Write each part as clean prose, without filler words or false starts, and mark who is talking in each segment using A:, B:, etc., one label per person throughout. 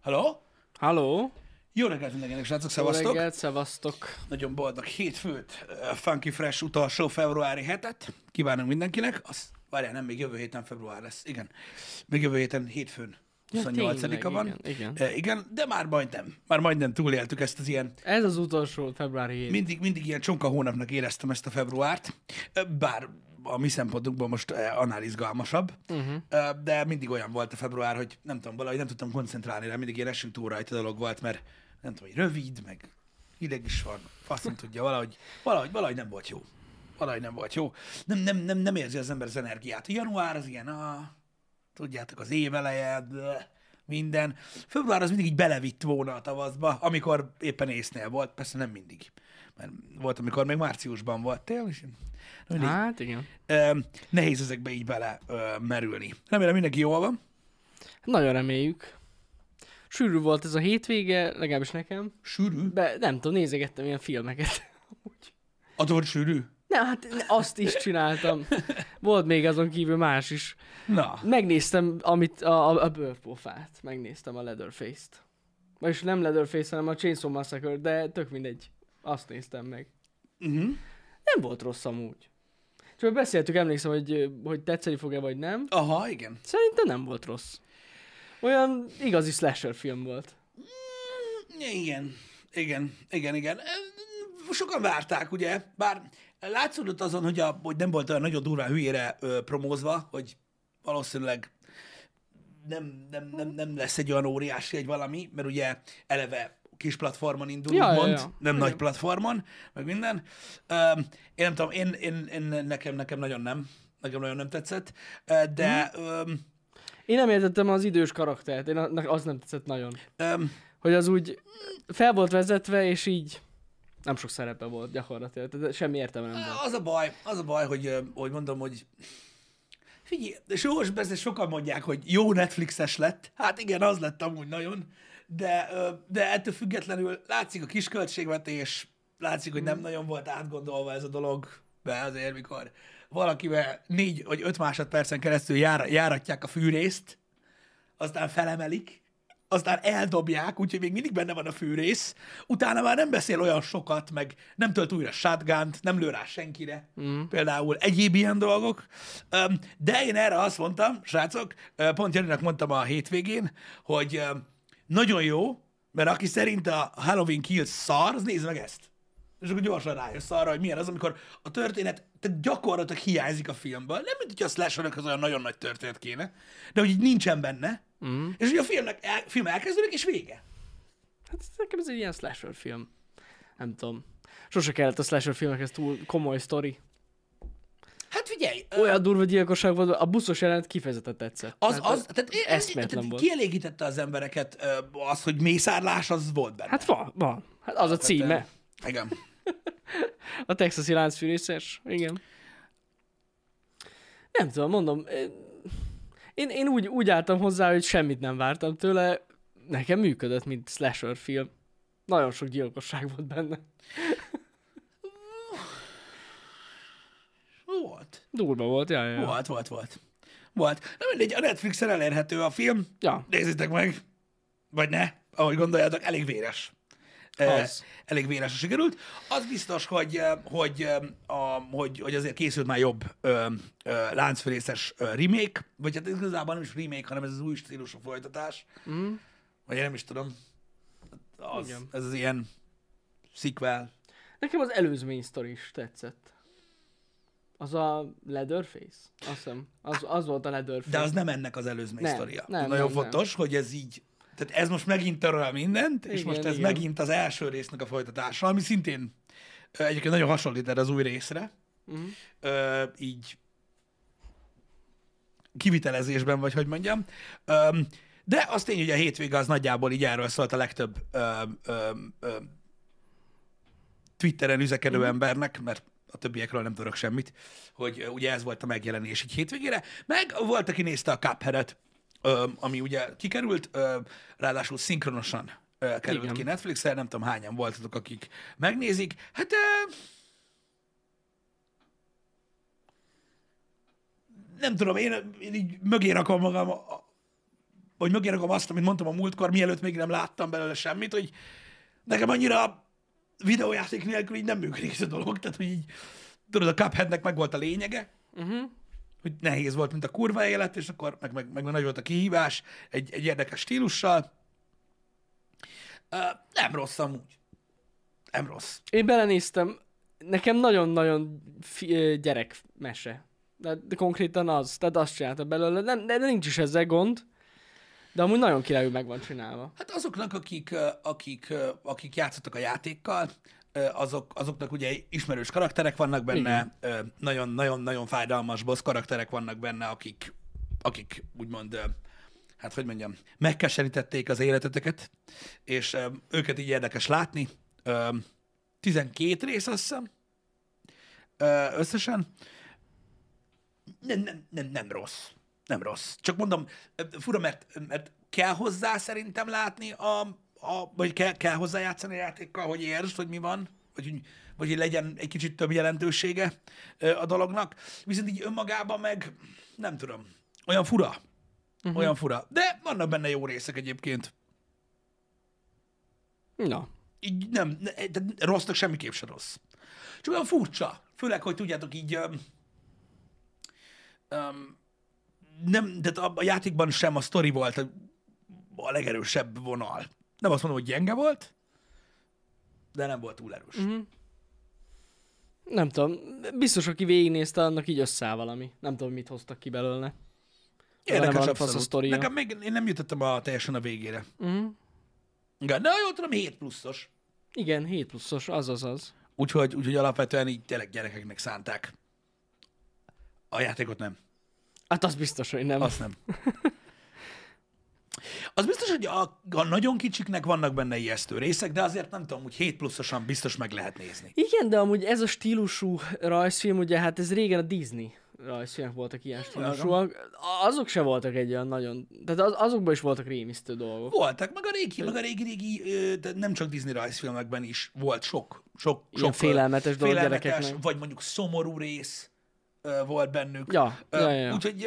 A: Halló?
B: Halló!
A: Jó reggelt mindenkinek, srácok,
B: Jó
A: szevasztok!
B: reggelt, szevasztok!
A: Nagyon boldog hétfőt, Funky Fresh utolsó februári hetet. Kívánunk mindenkinek. Várjál, nem, még jövő héten február lesz. Igen. Még jövő héten hétfőn 28-a van.
B: Igen.
A: De már majdnem túléltük ezt az ilyen,
B: Ez az utolsó februári hét.
A: mindig ilyen csonka hónapnak éreztem ezt a februárt. Bár a mi szempontunkból most annál izgalmasabb, de mindig olyan volt a február, hogy nem tudom, valahogy nem tudtam koncentrálni rá, mindig ilyen esünk túl rajta dolog volt, mert nem tudom, hogy rövid, meg hideg is van, faszom tudja, valahogy nem volt jó. Valahogy nem volt jó. Nem érzi az ember az energiát. A január az ilyen, tudjátok, az éveleje, minden. Február az mindig így belevitt volna a tavaszba, amikor éppen észnél volt, persze nem mindig. Mert volt, amikor még márciusban voltél, és
B: Hát igen.
A: nehéz ezekbe így bele merülni. Remélem mindenki jól van.
B: Nagyon reméljük. Sűrű volt ez a hétvége, legalábbis nekem.
A: Sűrű?
B: Nem tudom, nézegettem ilyen filmeket.
A: Attól volt sűrű?
B: Nem, hát azt is csináltam. Volt még azon kívül más is.
A: Na.
B: Megnéztem a bőrpofát. Megnéztem a Leatherface-t. Vagyis nem Leatherface, hanem a Chainsaw Massacre, de tök mindegy. Azt néztem meg. Nem volt rossz amúgy. Csak beszéltük, emlékszem, hogy tetszeni fog-e vagy nem.
A: Aha, igen.
B: Szerintem nem volt rossz. Olyan igazi slasher film volt.
A: Igen. Sokan várták, ugye? Bár látszódott azon, hogy nem volt olyan nagyon durván hülyére promózva, hogy valószínűleg nem lesz egy olyan óriási egy valami, mert ugye eleve kis platformon indul,
B: Ja.
A: nem nagy platformon, meg minden. Én nem tudom, nekem nagyon nem tetszett, de...
B: Én nem értettem az idős karaktert, az nem tetszett nagyon. Hogy az úgy fel volt vezetve, és így nem sok szerepe volt gyakorlatilag, tehát semmi értelme nem volt.
A: Az a baj, hogy mondom, hogy figyelj, de sokan mondják, hogy jó Netflixes lett. Hát igen, az lett amúgy nagyon, de ettől függetlenül látszik a kisköltségvetés, látszik, hogy nem nagyon volt átgondolva ez a dolog, de azért, mikor valakivel 4 vagy 5 másodpercen keresztül járatják a fűrészt, aztán felemelik, aztán eldobják, úgyhogy még mindig benne van a fűrész, utána már nem beszél olyan sokat, meg nem tölt újra shotgunt, nem lő rá senkire, például egyéb ilyen dolgok. De én erre azt mondtam, srácok, pont Janinak mondtam a hétvégén, hogy nagyon jó, mert aki szerint a Halloween Kills szar, az nézd meg ezt. És akkor gyorsan rájössz arra, hogy milyen az, amikor a történet tehát gyakorlatilag hiányzik a filmből. Nem, mint hogy a slashernek az olyan nagyon nagy történet kéne, de hogy így nincsen benne, és hogy a film elkezdődik, és vége.
B: Hát nekem ez egy ilyen slasher film. Nem tudom. Sose kellett a slasher filmekhez túl komoly sztori.
A: Hát figyelj!
B: Olyan durva gyilkosság volt, a buszos jelenet kifejezetten tetszett.
A: Tehát
B: volt.
A: kielégítette az embereket az, hogy mészárlás, az volt benne.
B: Hát van. Hát az a címe.
A: Igen.
B: A texasi láncfűrészes. Igen. Nem tudom, mondom. Én úgy álltam hozzá, hogy semmit nem vártam tőle. Nekem működött, mint slasher film. Nagyon sok gyilkosság volt benne.
A: Volt.
B: Durva volt, ja.
A: Volt. Na mindegy, a Netflixen elérhető a film.
B: Ja.
A: Nézzétek meg. Vagy ne, ahogy gondoljátok, elég véres. Elég véresre sikerült. Az biztos, hogy azért készült már jobb láncfűrészes remake, vagy hát igazából nem is remake, hanem ez az új stílusú folytatás. Vagy én nem is tudom. Ez az ilyen sequel.
B: Nekem az előzmény sztori is tetszett. Az a Leatherface? Azt hiszem. Az volt a Leatherface.
A: De az nem ennek az előzmény sztoria.
B: Nem,
A: nagyon fontos, hogy ez így. Tehát ez most megint töröl mindent, és most ez megint az első résznek a folytatása, ami szintén egyébként nagyon hasonlít erre az új részre. Így kivitelezésben, vagy hogy mondjam. De az tény, hogy a hétvége az nagyjából így erről szólt a legtöbb Twitteren üzekedő embernek, mert a többiekről nem tudok semmit, hogy ugye ez volt a megjelenés egy hétvégére. Meg volt, aki nézte a Cupheadet, ami ugye kikerült, ráadásul szinkronosan került ki Netflixre, nem tudom hányan voltatok, akik megnézik. Hát nem tudom, én így mögé rakom magam vagy mögé rakom azt, amit mondtam a múltkor, mielőtt még nem láttam belőle semmit, hogy nekem annyira videójáték nélkül így nem működik ez a dolog, tehát hogy így, tudod, a Cupheadnek meg volt a lényege, hogy nehéz volt, mint a kurva élet, és akkor meg nagy volt a kihívás, egy érdekes stílussal. Nem rossz amúgy. Nem rossz.
B: Én belenéztem, nekem nagyon-nagyon gyerekmese. De konkrétan az, tehát azt csinálta belőle, de nincs is ezzel gond, de amúgy nagyon királyul meg van csinálva.
A: Hát azoknak, akik játszottak a játékkal, azoknak ugye ismerős karakterek vannak benne, nagyon-nagyon fájdalmas boss karakterek vannak benne, akik úgymond, hát hogy mondjam, megkeserítették az életeteket, és őket így érdekes látni. 12 rész, azt hiszem, összesen. Nem rossz. Nem rossz. Csak mondom, fura, mert kell hozzá szerintem látni, vagy kell hozzá játszani a játékkal, hogy értsd, hogy mi van, vagy hogy legyen egy kicsit több jelentősége a dolognak. Viszont így önmagában meg, nem tudom, olyan fura. Olyan fura. De vannak benne jó részek egyébként.
B: Na.
A: Így nem, rossznak semmiképp se rossz. Csak olyan furcsa. Főleg, hogy tudjátok így... nem, de a játékban sem a sztori volt a legerősebb vonal. Nem azt mondom, hogy gyenge volt, de nem volt túl erős.
B: Nem tudom, biztos, aki végignézte, annak így összeáll valami. Nem tudom, mit hoztak ki belőle.
A: Érdekes
B: a
A: abszolút.
B: sztoria.
A: Nekem még én nem jutottam teljesen a végére. Igen, de jól tudom, 7 pluszos.
B: Igen, 7 pluszos, az.
A: Úgyhogy alapvetően így tényleg gyerekeknek szánták. A játékot nem.
B: Hát az biztos, hogy nem.
A: Azt nem. Az biztos, hogy a nagyon kicsiknek vannak benne ijesztő részek, de azért nem tudom, hogy 7 pluszosan biztos meg lehet nézni.
B: Igen, de amúgy ez a stílusú rajzfilm, ugye hát ez régen a Disney rajzfilmek voltak ilyen stílusúak. Azok se voltak egy olyan nagyon... Tehát azokban is voltak rémisztő dolgok.
A: Voltak, meg a régi, de nem csak Disney rajzfilmekben is volt sok
B: félelmetes dolog gyerekeknek.
A: Vagy mondjuk szomorú rész volt bennük.
B: Ja.
A: Úgyhogy...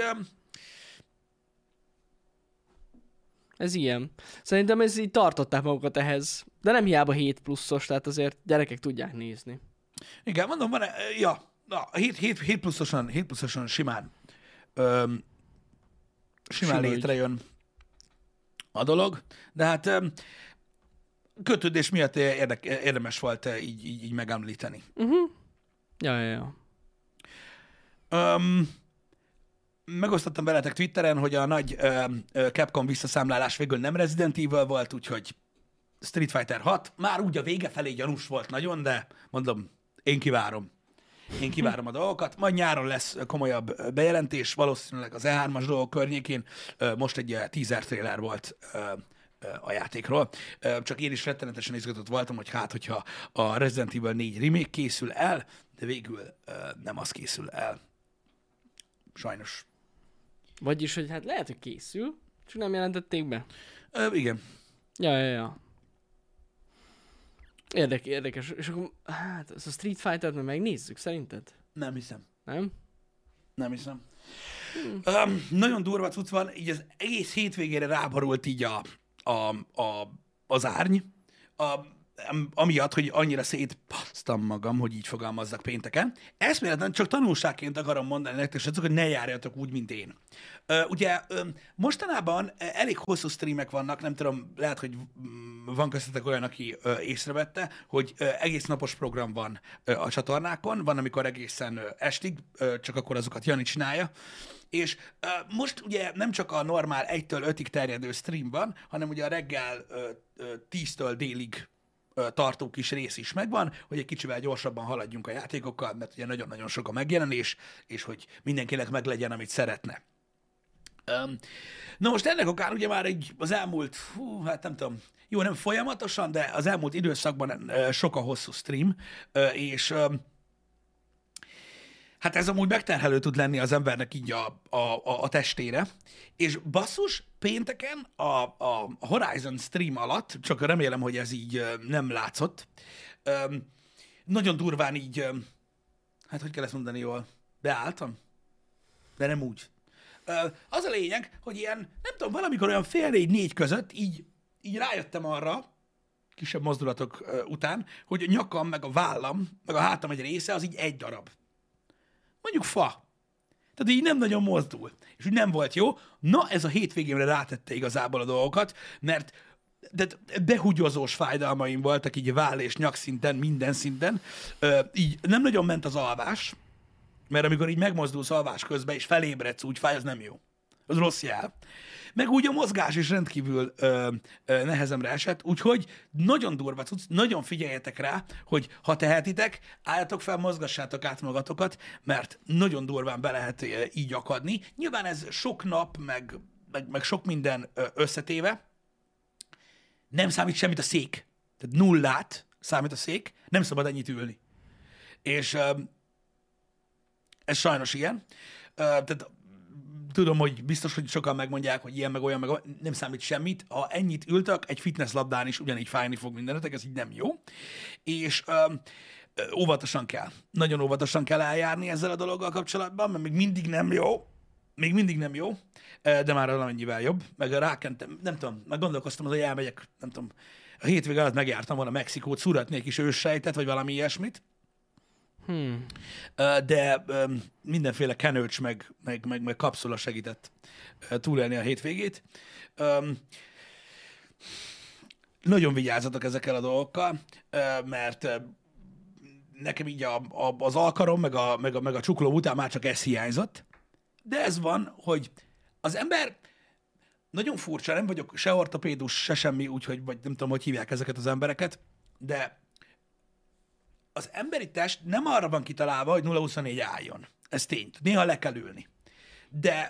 B: Ez ilyen. Szerintem ez így tartották magukat ehhez. De nem hiába 7 pluszos, tehát azért gyerekek tudják nézni.
A: Igen, mondom, van, 7 pluszosan simán létrejön a dolog, de hát kötődés miatt érdemes volt így megemlíteni.
B: Ja.
A: Megosztottam veletek Twitteren, hogy a nagy Capcom visszaszámlálás végül nem Resident Evil volt, úgyhogy Street Fighter 6 már úgy a vége felé gyanús volt nagyon, de mondom, én kivárom a dolgokat. Majd nyáron lesz komolyabb bejelentés, valószínűleg az E3-as dolgok környékén. Most egy teaser trailer volt a játékról. Csak én is rettenetesen izgatott voltam, hogy hogyha a Resident Evil 4 remake készül el, de végül nem az készül el. Sajnos.
B: Vagyis, hogy hát lehet, hogy készül, csak nem jelentették be.
A: Igen.
B: Ja. Érdekes. És akkor, hát, ezt a Street Fighter-t megnézzük, szerinted?
A: Nem hiszem.
B: Nem?
A: Nem hiszem. Nagyon durva cucc van, így az egész hétvégére ráborult így az árny, amiatt, hogy annyira szétpasztam magam, hogy így fogalmazzak pénteken. Eszméletlen csak tanulságként akarom mondani nektek, hogy ne járjatok úgy, mint én. Ugye mostanában elég hosszú streamek vannak, nem tudom, lehet, hogy van köztetek olyan, aki észrevette, hogy egész napos program van a csatornákon, van, amikor egészen estig, csak akkor azokat Jani csinálja, és most ugye nem csak a normál 1-től 5-ig terjedő stream van, hanem ugye a reggel 10-től délig tartó kis rész is megvan, hogy egy kicsivel gyorsabban haladjunk a játékokkal, mert ugye nagyon-nagyon sok a megjelenés, és hogy mindenkinek meglegyen, amit szeretne. Na most ennek okán ugye már az elmúlt, hát nem tudom, jó, nem folyamatosan, de az elmúlt időszakban sok a hosszú stream, és hát ez amúgy megterhelő tud lenni az embernek így a testére, és basszus, pénteken a Horizon stream alatt, csak remélem, hogy ez így nem látszott, nagyon durván így, hát hogy kell ezt mondani jól, beálltam, de nem úgy. Az a lényeg, hogy ilyen, nem tudom, valamikor olyan fél négy között így rájöttem arra, kisebb mozdulatok után, hogy a nyakam, meg a vállam, meg a hátam egy része, az így egy darab. Mondjuk fa. Tehát így nem nagyon mozdul. És úgy nem volt jó. Na, ez a hétvégémre rátette igazából a dolgokat, mert de behugyozós fájdalmaim voltak így váll és nyakszinten, minden szinten. Így nem nagyon ment az alvás, mert amikor így megmozdulsz alvás közben, és felébredsz, úgy fáj, az nem jó. Az rossz jel. Meg úgy a mozgás is rendkívül nehezemre esett, úgyhogy nagyon durva cucc, nagyon figyeljetek rá, hogy ha tehetitek, álljatok fel, mozgassátok át magatokat, mert nagyon durván be lehet így akadni. Nyilván ez sok nap, meg sok minden összetéve, nem számít semmit a szék. Tehát nullát számít a szék, nem szabad ennyit ülni. És ez sajnos ilyen. Tehát tudom, hogy biztos, hogy sokan megmondják, hogy ilyen, meg olyan, meg olyan, nem számít semmit. Ha ennyit ültök, egy fitnesslabdán is ugyanígy fájni fog mindenetek, ez így nem jó. És óvatosan kell. Nagyon óvatosan kell eljárni ezzel a dologgal kapcsolatban, mert még mindig nem jó. Még mindig nem jó, de már valamennyivel jobb. Meg rákentem, nem tudom, meg gondolkoztam, hogy elmegyek, nem tudom, a hétvége alatt megjártam volna Mexikót, szúratni egy kis őssejtet, vagy valami ilyesmit. De mindenféle kenőcs, meg kapszula segített túlélni a hétvégét. Nagyon vigyázzatok ezekkel a dolgokkal, mert nekem így az alkarom, meg a csukló után már csak ez hiányzott. De ez van, hogy az ember nagyon furcsa, nem vagyok se ortopédus, se semmi, úgyhogy vagy nem tudom, hogy hívják ezeket az embereket, de az emberi test nem arra van kitalálva, hogy 0-24 álljon. Ez tény. Néha le kell ülni. De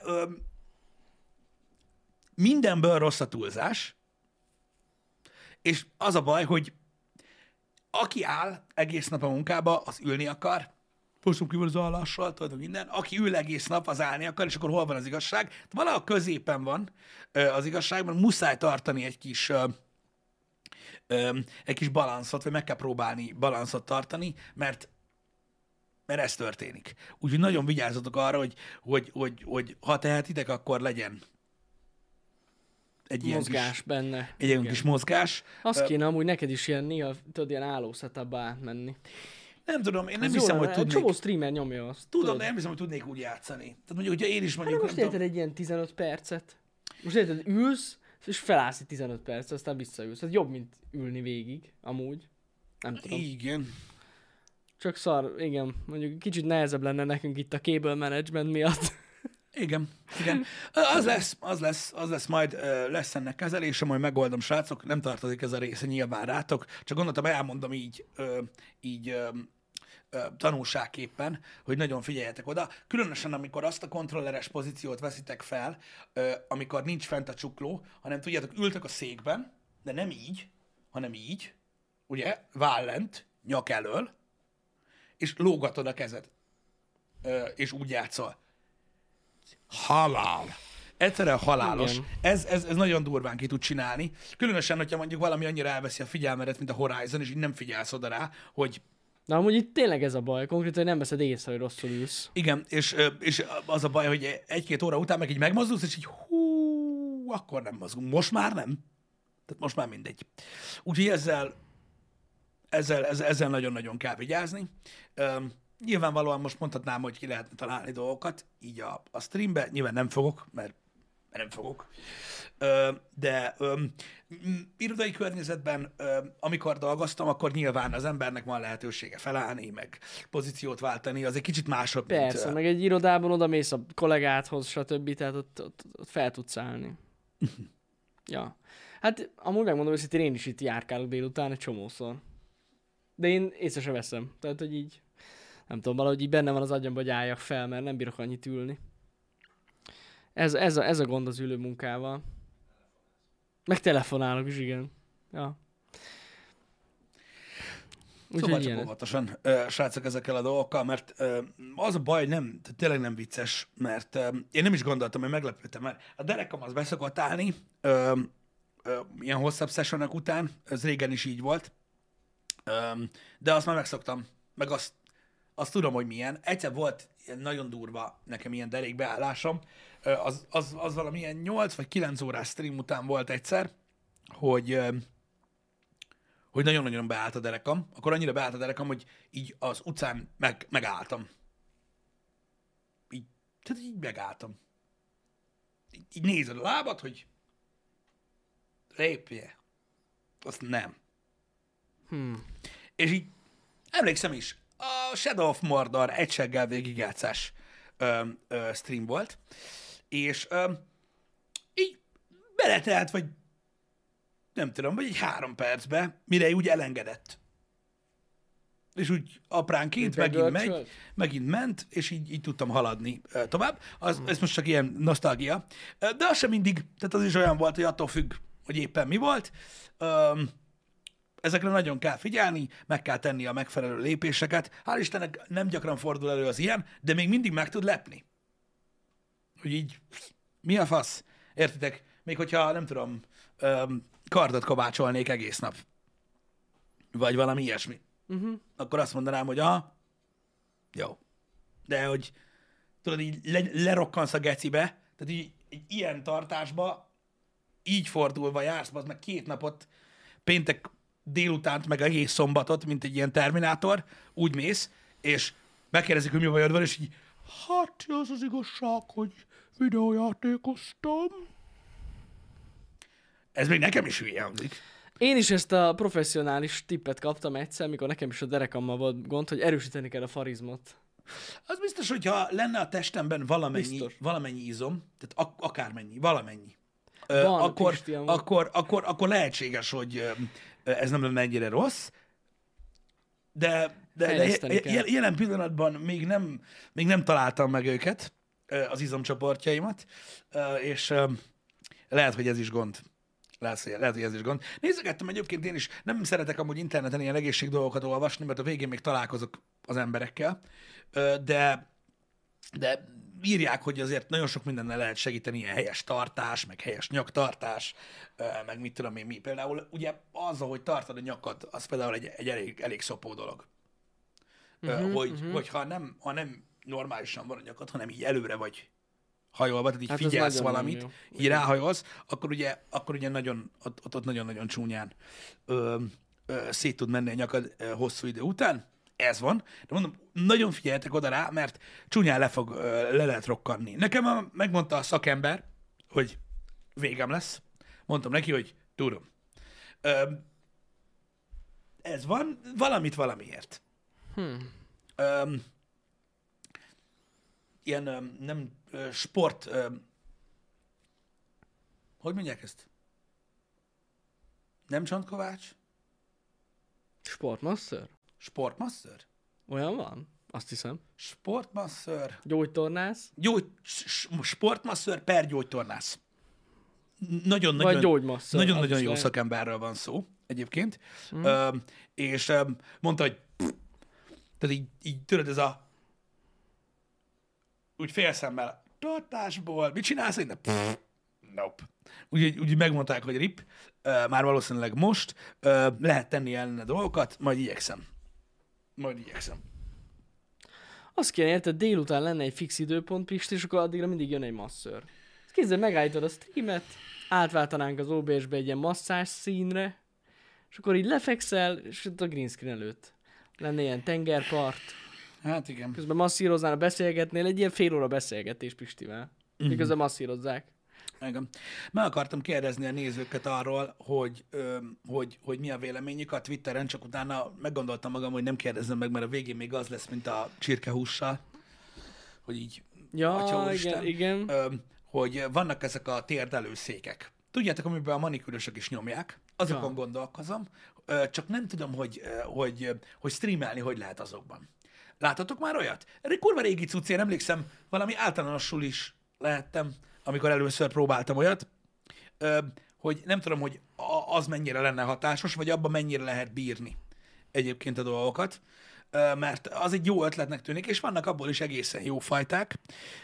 A: mindenből rossz a túlzás, és az a baj, hogy aki áll egész nap a munkába, az ülni akar, hosszú kívül az allással, tudod, minden. Aki ül egész nap, az állni akar, és akkor hol van az igazság? Valahol középen van az igazságban, muszáj tartani egy kis balanszot, vagy meg kell próbálni balanszot tartani, mert ez történik. Úgyhogy nagyon vigyázzatok arra, hogy ha tehetitek, akkor legyen egy
B: mozgás
A: kis,
B: benne.
A: egy ilyen kis mozgás.
B: Azt kéne amúgy neked is ilyen néha, tudod, ilyen álló setupba átmenni.
A: Nem tudom, én nem
B: Ez
A: hiszem,
B: jó,
A: hogy tudnék.
B: Csomó streamer nyomja azt.
A: Tudom, de nem hiszem, hogy tudnék úgy játszani. Tehát mondjuk, hogyha én is mondjuk...
B: Hát most érted egy ilyen 15 percet. Most érted, ülsz, és felállsz egy 15 percet, aztán visszaülsz. Ez jobb, mint ülni végig, amúgy. Nem tudom.
A: Igen.
B: Csak szar, igen. Mondjuk kicsit nehezebb lenne nekünk itt a cable management miatt.
A: Igen. Az lesz majd, lesz ennek kezelése, majd megoldom, srácok, nem tartozik ez a része nyilván rátok, csak gondoltam, elmondom így tanulságképpen, hogy nagyon figyeljetek oda, különösen amikor azt a kontrolleres pozíciót veszitek fel, amikor nincs fent a csukló, hanem tudjátok, ültök a székben, de nem így, hanem így, ugye, váll lent, nyak elől, és lógatod a kezed, és úgy játszol. Halál. Egyszerűen halálos. Ez nagyon durván ki tud csinálni. Különösen, hogyha mondjuk valami annyira elveszi a figyelmedet, mint a Horizon, és így nem figyelsz oda rá, hogy...
B: Na amúgy itt tényleg ez a baj, konkrétan, hogy nem veszed észre, hogy rosszul ülsz.
A: Igen, és az a baj, hogy egy-két óra után meg így megmozdulsz, és így akkor nem mozgunk. Most már nem. Tehát most már mindegy. Úgyhogy ezzel nagyon-nagyon kell vigyázni. Nyilvánvalóan most mondhatnám, hogy ki lehetne találni dolgokat, így a streambe, nyilván nem fogok, mert nem fogok. De irodai környezetben, amikor dolgoztam, akkor nyilván az embernek van lehetősége felállni, meg pozíciót váltani, az egy kicsit másabb.
B: Persze, meg egy irodában oda mész a kollégádhoz, stb., tehát ott fel tudsz állni. Ja. Hát amúgy megmondom őszintén, én is itt járkálok délután egy csomószor. De én észre sem veszem. Tehát, hogy így, nem tudom, valahogy így benne van az agyamban, hogy álljak fel, mert nem bírok annyit ülni. Ez a gond az ülő munkával. Meg telefonálok is, igen. Ja.
A: Szóval csak óvatosan, srácok, ezekkel a dolgokkal, mert az a baj, tényleg nem vicces, mert én nem is gondoltam, hogy meglepődtem, mert a derekam az beszokott állni ilyen hosszabb sessionek után, ez régen is így volt, de azt már megszoktam, meg azt tudom, hogy milyen. Egyszer volt ilyen nagyon durva nekem ilyen derékbeállásom. Az valamilyen 8 vagy 9 órás stream után volt egyszer, hogy nagyon-nagyon beállt a derekam. Akkor annyira beállt a derekam, hogy így az utcán megálltam. Tehát így megálltam. Így nézed a lábad, hogy lépje. Azt nem. És így emlékszem is, a Shadow of Mordor egyseggel végigjátszás stream volt, és így beletelt, vagy nem tudom, vagy egy 3 percbe, mire úgy elengedett. És úgy apránként megint ment, és így tudtam haladni tovább. Ez most csak ilyen nosztalgia. De az sem mindig, tehát az is olyan volt, hogy attól függ, hogy éppen mi volt. Ezekre nagyon kell figyelni, meg kell tenni a megfelelő lépéseket. Hál' Istennek nem gyakran fordul elő az ilyen, de még mindig meg tud lepni. Hogy így, mi a fasz? Értitek? Még hogyha, nem tudom, kardot kovácsolnék egész nap. Vagy valami ilyesmi. Akkor azt mondanám, hogy jó. De hogy tudod, így lerokkansz a gecibe, tehát így egy ilyen tartásba így fordulva jársz, az meg 2 napot, péntek délutánt, meg egész szombatot, mint egy ilyen terminátor, úgy mész, és megkérdezik, hogy mi bajod van, és így, hát az az igazság, hogy videójátékoztam. Ez még nekem is hülye hangzik.
B: Én is ezt a professzionális tippet kaptam egyszer, mikor nekem is a derekammal volt gond, hogy erősíteni kell a farizmot.
A: Az biztos, hogyha lenne a testemben valamennyi izom, tehát akármennyi, valamennyi, akkor lehetséges, hogy ez nem lenne ennyire rossz, de jelen pillanatban még nem találtam meg őket, az izomcsoportjaimat, és lehet, hogy ez is gond. Lehet, hogy ez is gond. Nézegettem egyébként én is, nem szeretek amúgy interneten ilyen egészségdolgokat olvasni, mert a végén még találkozok az emberekkel, de írják, hogy azért nagyon sok mindennel lehet segíteni, ilyen helyes tartás, meg helyes nyaktartás, meg mit tudom én mi. Például ugye az, hogy tartod a nyakad, az például egy elég szopó dolog. Hogy ha nem normálisan van a nyakad, hanem így előre vagy hajolva, tehát így hát figyelsz valamit, így ráhajolsz, akkor ugye ott nagyon-nagyon csúnyán szét tud menni a nyakad hosszú idő után. Ez van. De mondom, nagyon figyeljetek oda rá, mert csúnyán le lehet rokkanni. Nekem megmondta a szakember, hogy végem lesz. Mondtam neki, hogy tudom. Ez van, valamiért. Ilyen nem sport... hogy mondják ezt? Nem Csontkovács?
B: Sportmaster?
A: Sportmaster?
B: Olyan van? Azt hiszem.
A: Sportmaster.
B: Gyógytornász?
A: Sportmaster per gyógytornász.
B: Vagy gyógymasször.
A: Nagyon jó szakemberről van szó egyébként. És mondta, hogy tehát így tudod, ez a úgy félszemmel tartásból, mit csinálsz? Nope. Úgy megmondták, hogy rip, már valószínűleg most, lehet tenni ellene dolgokat, majd igyekszem.
B: Azt kéne, érted, délután lenne egy fix időpont, Pisti, és akkor addigra mindig jön egy masször. Kézzel megállítod a streamet, átváltanánk az OBS-be egy ilyen masszás színre, és akkor így lefekszel, és ott a green screen előtt. Lenne ilyen tengerpart.
A: Hát igen.
B: Közben masszíroznál, beszélgetnél, egy ilyen fél óra beszélgetés Pistivel. Miközben masszírozzák.
A: Igen. Meg akartam kérdezni a nézőket arról, hogy mi a véleményük a Twitteren, csak utána meggondoltam magam, hogy nem kérdezzem meg, mert a végén még az lesz, mint a csirkehússal, hogy így,
B: ja, igen.
A: hogy vannak ezek a térdelőszékek. Tudjátok, amiben a manikűrösök is nyomják, azokon gondolkozom, csak nem tudom, hogy streamelni hogy lehet azokban. Láttatok már olyat? Egy kurva régi cucc, én emlékszem, valami általánosul is lehettem, amikor először próbáltam olyat, hogy nem tudom, hogy az mennyire lenne hatásos, vagy abban mennyire lehet bírni egyébként a dolgokat, mert az egy jó ötletnek tűnik, és vannak abból is egészen jó fajták.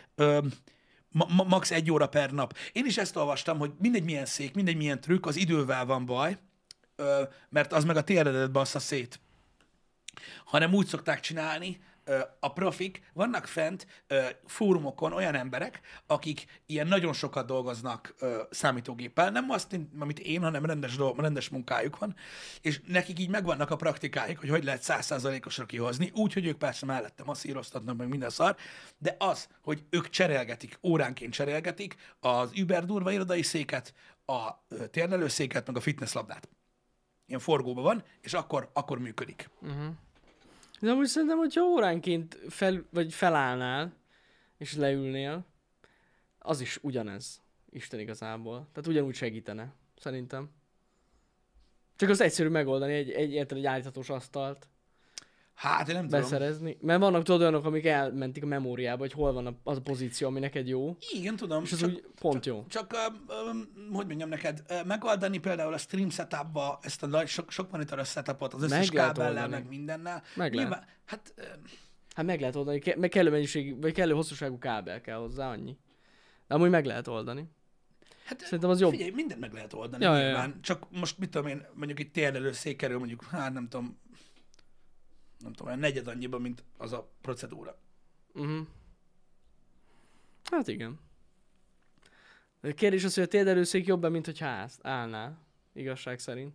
A: Max 1 óra per nap. Én is ezt olvastam, hogy mindegy milyen szék, mindegy milyen trükk, az idővel van baj, mert az meg a térdedet bassza szét. Hanem úgy szokták csinálni, a profik, vannak fent fórumokon olyan emberek, akik ilyen nagyon sokat dolgoznak számítógéppel, nem azt, amit én, hanem rendes munkájuk van, és nekik így megvannak a praktikáik, hogy lehet 100%-osra kihozni, úgy, hogy ők persze mellette masszíroztatnak meg minden szar, de az, hogy ők cserélgetik, óránként cserélgetik az überdurva irodai széket, a térnelőszéket, meg a fitnesslabdát. Ilyen forgóban van, és akkor működik.
B: De amúgy szerintem, hogyha óránként felállnál, és leülnél, az is ugyanez, Isten igazából. Tehát ugyanúgy segítene, szerintem. Csak az egyszerű megoldani egy állíthatós asztalt.
A: Hát, én nem tudom.
B: Beszerezni. Mert vannak tudod olyanok, amik elmentik a memóriába, hogy hol van az a pozíció, ami neked jó.
A: Igen, tudom.
B: És az úgy pont jó.
A: Csak, hogy mondjam neked, megoldani például a stream setupba ezt a sok monitoros setupot, az összes kábellel, meg mindennel.
B: Nyilván,
A: hát
B: meg lehet oldani, meg kellő mennyiség, vagy kellő hosszúságú kábel kell hozzá, annyi. De amúgy meg lehet oldani.
A: Hát
B: szerintem az jobb.
A: Figyelj, mindent meg lehet oldani
B: ja,
A: nyilván.
B: Ja.
A: Csak most mit tudom én, mondjuk egy térdelő székkerül mondjuk, hát nem tudom, olyan negyed annyiban, mint az a procedúra.
B: Hát igen. De a kérdés az, hogy a térdelőszék jobb, mint hogyha állnál, igazság szerint.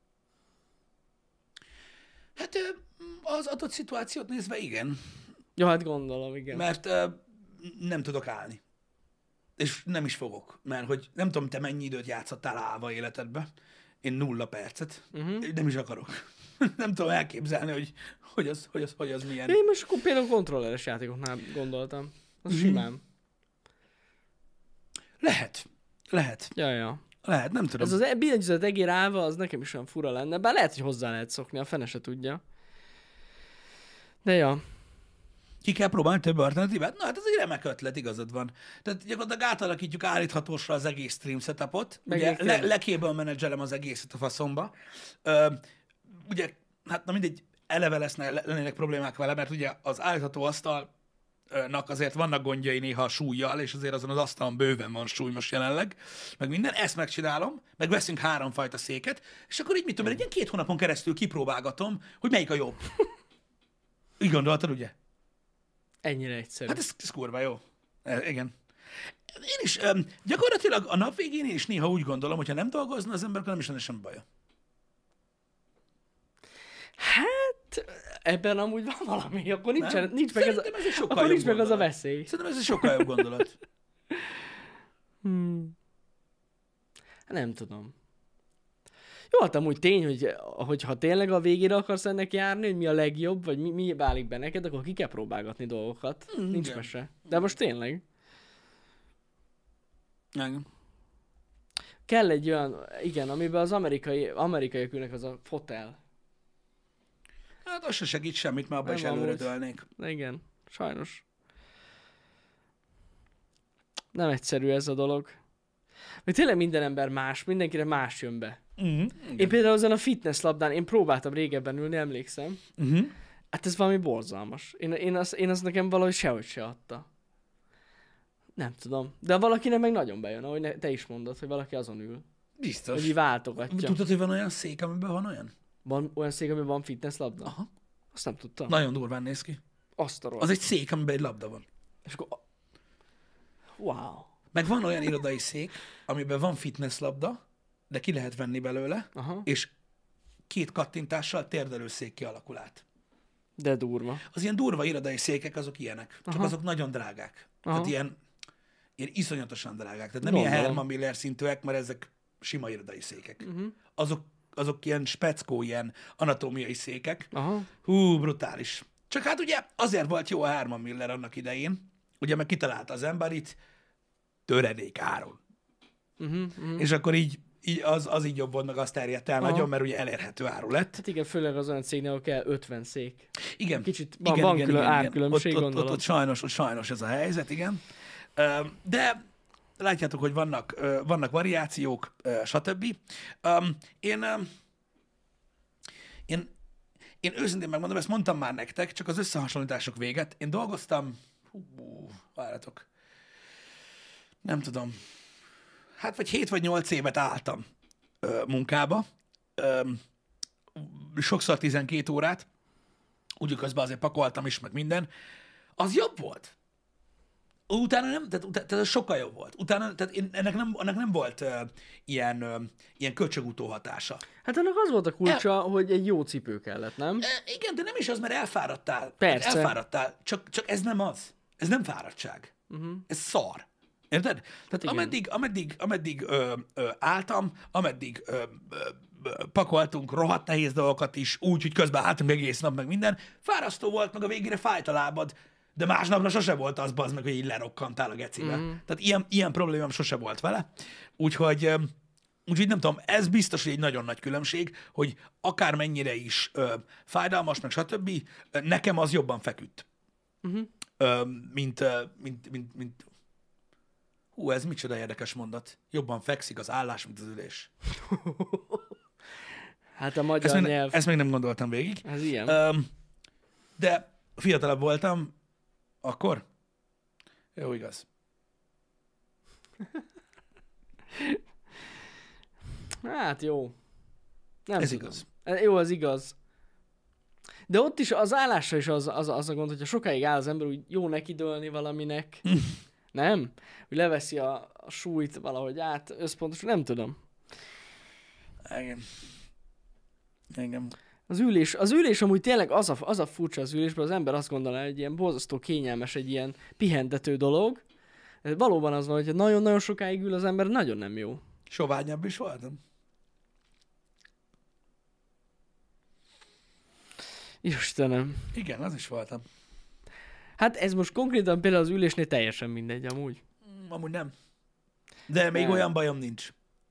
A: Hát az adott szituációt nézve igen.
B: Ja, hát gondolom, igen.
A: Mert nem tudok állni. És nem is fogok. Mert hogy nem tudom, te mennyi időt játszottál állva életedbe. Én 0 percet. Nem is akarok. Nem tudom elképzelni, hogy az milyen.
B: Én most akkor például kontrolleres játékoknál gondoltam. Az simán.
A: Lehet.
B: Ja.
A: Lehet, nem tudom.
B: Ez az billentyűzet egér állva, az nekem is olyan fura lenne. Bár lehet, hogy hozzá lehet szokni, a fene se tudja. De ja.
A: Ki kell próbálni több alternatívát? Na hát ez egy remek ötlet, igazad van. Tehát gyakorlatilag átalakítjuk állíthatósra az egész stream setupot. Ugye lekéből menedzselem az egészet a faszomba. Ugye, hát na mindegy, eleve lennének problémák vele, mert ugye az állítható asztalnak azért vannak gondjai néha a súlyjal, és azért azon az asztalon bőven van súly most jelenleg, meg minden, ezt megcsinálom, meg veszünk 3 fajta széket, és akkor így mit tudom, egy ilyen 2 hónapon keresztül kipróbálgatom, hogy melyik a jobb. Így gondoltad, ugye?
B: Ennyire egyszerű.
A: Hát ez kurva jó. Igen. Én is gyakorlatilag a nap végén én is néha úgy gondolom, hogyha nem dolgozna az ember, akkor nem is lenne sem baja.
B: Hát, ebben amúgy van valami, akkor nincs meg az a veszély.
A: Szerintem ez egy sokkal jobb gondolat.
B: Nem tudom. Jó, hát amúgy tény, hogy ha tényleg a végére akarsz ennek járni, hogy mi a legjobb, vagy mi válik be neked, akkor ki kell próbálgatni dolgokat. Nincs
A: igen.
B: mese. De most tényleg.
A: Igen.
B: Kell egy olyan, igen, amiben az amerikaiak ülnek, az a fotel.
A: Hát az se segít semmit, mert abban is előre dőlnék.
B: Igen, sajnos. Nem egyszerű ez a dolog. Mert tényleg minden ember más, mindenkire más jön be. Én például ezen a fitness labdán, én próbáltam régebben ülni, emlékszem. Hát ez valami borzalmas. Én az nekem valahogy sehogy se adta. Nem tudom. De valakinek meg nagyon bejön, ahogy te is mondod, hogy valaki azon ül.
A: Biztos.
B: Hogy így váltogatja.
A: Tudod, hogy van olyan szék, amiben van olyan?
B: Van olyan szék, amiben van fitness labda?
A: Aha.
B: Azt nem tudtam.
A: Nagyon durván néz ki.
B: Azt a rohadt.
A: Az egy szék, amiben egy labda van.
B: És akkor... Wow.
A: Meg van olyan irodai szék, amiben van fitness labda, de ki lehet venni belőle, és 2 kattintással térdelőszék kialakul át.
B: De durva.
A: Az ilyen durva irodai székek azok ilyenek, csak azok nagyon drágák. Tehát ilyen iszonyatosan drágák. Tehát nem ilyen Herman Miller szintűek, mert ezek sima irodai székek. Azok ilyen speckó, ilyen anatómiai székek. Hú, brutális. Csak hát ugye azért volt jó a Herman Miller annak idején, ugye meg kitalálta az ember itt töredék áron. És akkor így az így jobb volt, meg azt terjedt el nagyon, mert ugye elérhető áru lett.
B: Hát igen, főleg az olyan cégnél, ahol kell 50 szék.
A: Igen.
B: Kicsit van árkülönbség, gondolom.
A: Ott sajnos ez a helyzet, igen. De látjátok, hogy vannak variációk, stb. Én őszintén megmondom, ezt mondtam már nektek, csak az összehasonlítások véget. Én dolgoztam, várjatok, nem tudom, hát vagy 7 vagy 8 évet álltam munkába, sokszor 12 órát, úgy közben azért pakoltam is, meg minden, az jobb volt. Utána nem, tehát ez sokkal jobb volt. Utána, tehát ennek nem volt ilyen köcsögutó hatása.
B: Hát annak az volt a kulcsa, hogy egy jó cipő kellett, nem?
A: Igen, de nem is az, mert elfáradtál.
B: Persze.
A: Elfáradtál, csak ez nem az. Ez nem fáradtság. Ez szar. Érted? Tehát ameddig álltam, ameddig pakoltunk rohadt nehéz dolgokat is, úgy, hogy közben álltunk egész nap, meg minden, fárasztó volt, meg a végére fájt a lábad, de másnapra sose volt az, bazd meg, hogy így lerokkantál a gecibe. Tehát ilyen problémám sose volt vele. Úgyhogy nem tudom, ez biztos, hogy egy nagyon nagy különbség, hogy akármennyire is fájdalmas, meg stb., nekem az jobban feküdt. Mint hú, ez micsoda érdekes mondat. Jobban fekszik az állás, mint az ülés.
B: Hát a magyar nyelv.
A: Ezt még nem gondoltam végig.
B: Ez ilyen.
A: De fiatalabb voltam akkor. Jó, igaz.
B: Hát jó. Nem
A: Ez
B: tudom.
A: igaz.
B: Jó, az igaz. De ott is az állásra is az a gond, hogyha sokáig áll az ember, úgy jó nekidőlni valaminek. Nem? Hogy leveszi a súlyt valahogy át, összpontosan, nem tudom.
A: Engem.
B: Az ülés amúgy tényleg az a furcsa az ülésben, az ember azt gondolná, hogy ilyen borzasztó kényelmes, egy ilyen pihentető dolog. Valóban az van, hogy nagyon-nagyon sokáig ül az ember, nagyon nem jó.
A: Soványabb is voltam.
B: Istenem.
A: Igen, az is voltam.
B: Hát ez most konkrétan például az ülésnél teljesen mindegy amúgy.
A: Amúgy nem. De még olyan bajom nincs.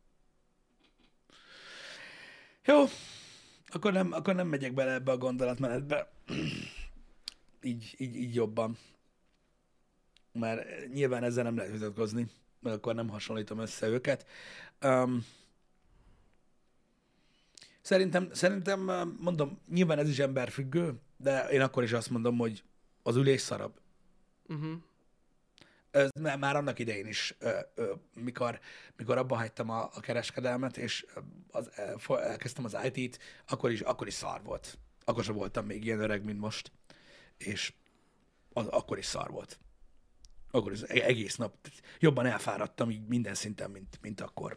A: Jó. Akkor nem megyek bele ebbe a gondolatmenetbe. így jobban. Mert nyilván ezzel nem lehet vitatkozni, mert akkor nem hasonlítom össze őket. Szerintem, mondom, nyilván ez is emberfüggő, de én akkor is azt mondom, hogy az ülés szarabb. Ez már annak idején is, mikor abba hagytam a kereskedelmet, és elkezdtem az IT-t, akkor is szar volt. Akkor sem voltam még ilyen öreg, mint most. És akkor is szar volt. Akkor is egész nap jobban elfáradtam így minden szinten, mint akkor.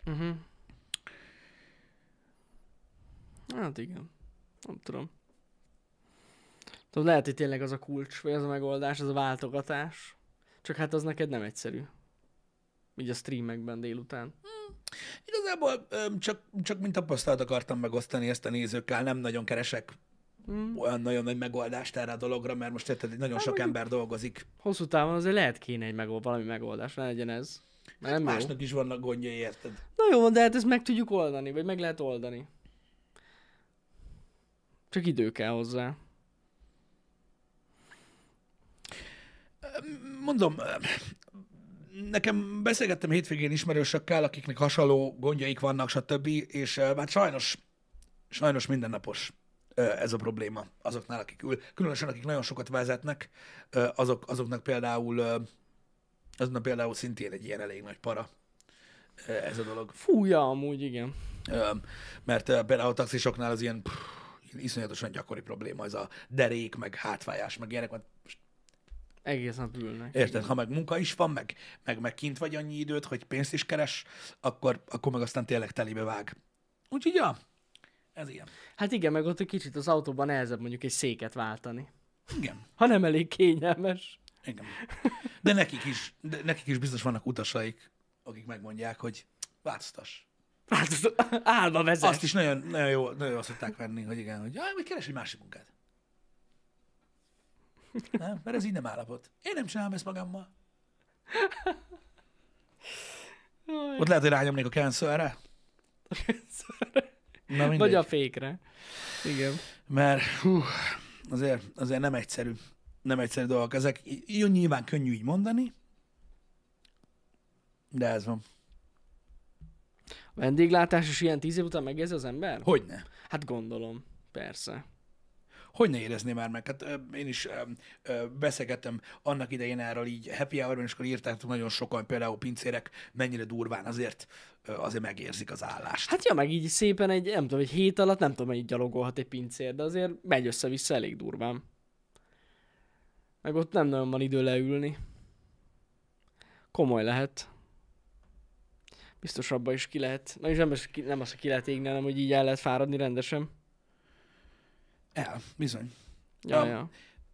B: Hát igen. Nem tudom. Lehet, hogy tényleg az a kulcs, vagy az a megoldás, az a váltogatás. Csak hát az neked nem egyszerű. Így a streamekben délután.
A: Igazából csak mint tapasztalat akartam megosztani ezt a nézőkkel, nem nagyon keresek olyan nagyon nagy megoldást erre a dologra, mert most érted, nagyon sok ember dolgozik.
B: Hosszú távon azért lehet kéne valami megoldás, ne legyen ez.
A: Hát nem másnak is vannak gondjai, érted?
B: Na jó, de hát ezt meg tudjuk oldani, vagy meg lehet oldani. Csak idő kell hozzá.
A: Mondom, nekem beszélgettem hétvégén ismerősökkel, akiknek hasonló gondjaik vannak, stb. És hát sajnos mindennapos ez a probléma azoknál, akik különösen akik nagyon sokat vezetnek, azoknak például szintén egy ilyen elég nagy para ez a dolog.
B: Fúja amúgy, igen.
A: Mert például a taxisoknál az ilyen iszonyatosan gyakori probléma, ez a derék, meg hátfájás, meg ilyenek, mert
B: egész nap ülnek.
A: Érted? Igen. Ha meg munka is van, meg kint vagy annyi időt, hogy pénzt is keres, akkor meg aztán tényleg telibe vág. Úgyhogy ja, ez ilyen.
B: Hát igen, meg ott egy kicsit az autóban nehezebb mondjuk egy széket váltani.
A: Igen.
B: Ha nem elég kényelmes.
A: Igen. De nekik is biztos vannak utasaik, akik megmondják, hogy változtass.
B: Álba vezess.
A: Azt is nagyon jól szokták venni, hogy igen, hogy majd keres egy másik munkát. Nem? Mert ez így nem állapot. Én nem csinálom ezt magammal. Ott lehet, hogy rányomnék a cancelre.
B: Vagy a fékre. Igen.
A: Mert azért nem egyszerű. Nem egyszerű dolgok. Ezek nyilván könnyű így mondani, de ez van.
B: A vendéglátás is ilyen 10 év után megérzi az ember?
A: Hogyne.
B: Hát gondolom. Persze.
A: Hogy ne érezném már meg? Hát én is beszélgettem annak idején erről így happy hour-ban, és akkor írták nagyon sokan, például pincérek, mennyire durván azért megérzik az állást.
B: Hát ja, meg így szépen nem tudom, egy hét alatt nem tudom, hogy gyalogolhat egy pincér, de azért megy össze-vissza elég durván. Meg ott nem nagyon van idő leülni. Komoly lehet. Biztos abba is ki lehet. Na és nem az, hogy ki lehet égni, hanem hogy így el lehet fáradni rendesen.
A: Bizony.
B: Ja.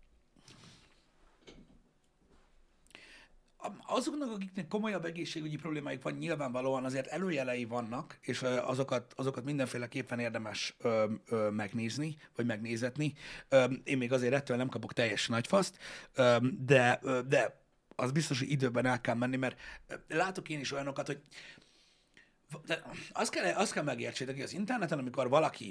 A: Azoknak, akiknek komolyabb egészségügyi problémáik van, nyilvánvalóan azért előjelei vannak, és azokat mindenféleképpen érdemes megnézni, vagy megnézetni. Én még azért ettől nem kapok teljesen nagy faszt, de az biztos, hogy időben el kell menni, mert látok én is olyanokat, hogy de azt kell megértsétek, hogy az interneten, amikor valaki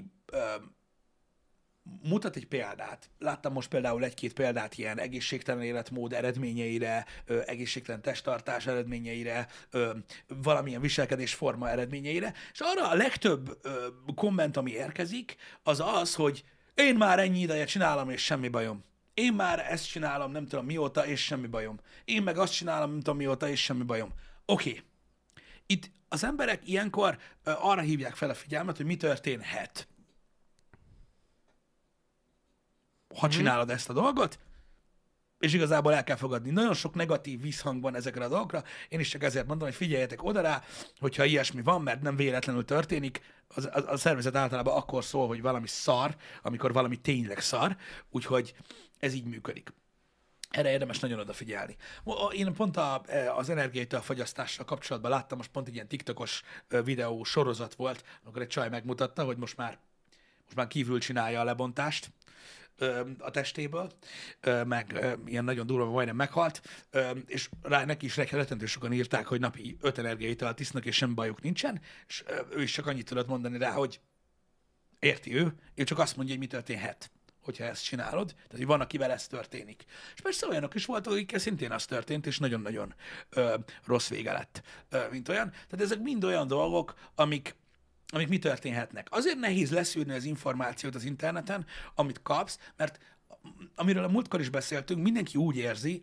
A: mutat egy példát. Láttam most például egy-két példát ilyen egészségtelen életmód eredményeire, egészségtelen testtartás eredményeire, valamilyen viselkedésforma eredményeire, és arra a legtöbb komment, ami érkezik, az az, hogy én már ennyi ideje csinálom, és semmi bajom. Én már ezt csinálom, nem tudom mióta, és semmi bajom. Én meg azt csinálom, nem tudom mióta, és semmi bajom. Oké. Itt az emberek ilyenkor arra hívják fel a figyelmet, hogy mi történhet, ha csinálod ezt a dolgot, és igazából el kell fogadni. Nagyon sok negatív visszhang van ezekre a dolgokra. Én is csak ezért mondom, hogy figyeljetek oda rá, hogyha ilyesmi van, mert nem véletlenül történik. A szervezet általában akkor szól, hogy valami szar, amikor valami tényleg szar, úgyhogy ez így működik. Erre érdemes nagyon odafigyelni. Én pont az energiaital fogyasztással kapcsolatban láttam, most pont egy ilyen TikTokos videó sorozat volt, amikor egy csaj megmutatta, hogy most már kívül csinálja a lebontást a testéből, meg ilyen nagyon durva, majdnem meghalt, és neki is rettentő sokan írták, hogy napi 5 energiaitalt isznak, és semmi bajuk nincsen, és ő is csak annyit tudott mondani rá, hogy érti ő csak azt mondja, hogy mi történhet, hogyha ezt csinálod, tehát hogy van, akivel ez történik. És persze olyanok is voltak, akikkel szintén az történt, és nagyon-nagyon rossz vége lett, mint olyan. Tehát ezek mind olyan dolgok, amik mi történhetnek. Azért nehéz leszűrni az információt az interneten, amit kapsz, mert amiről a múltkor is beszéltünk, mindenki úgy érzi,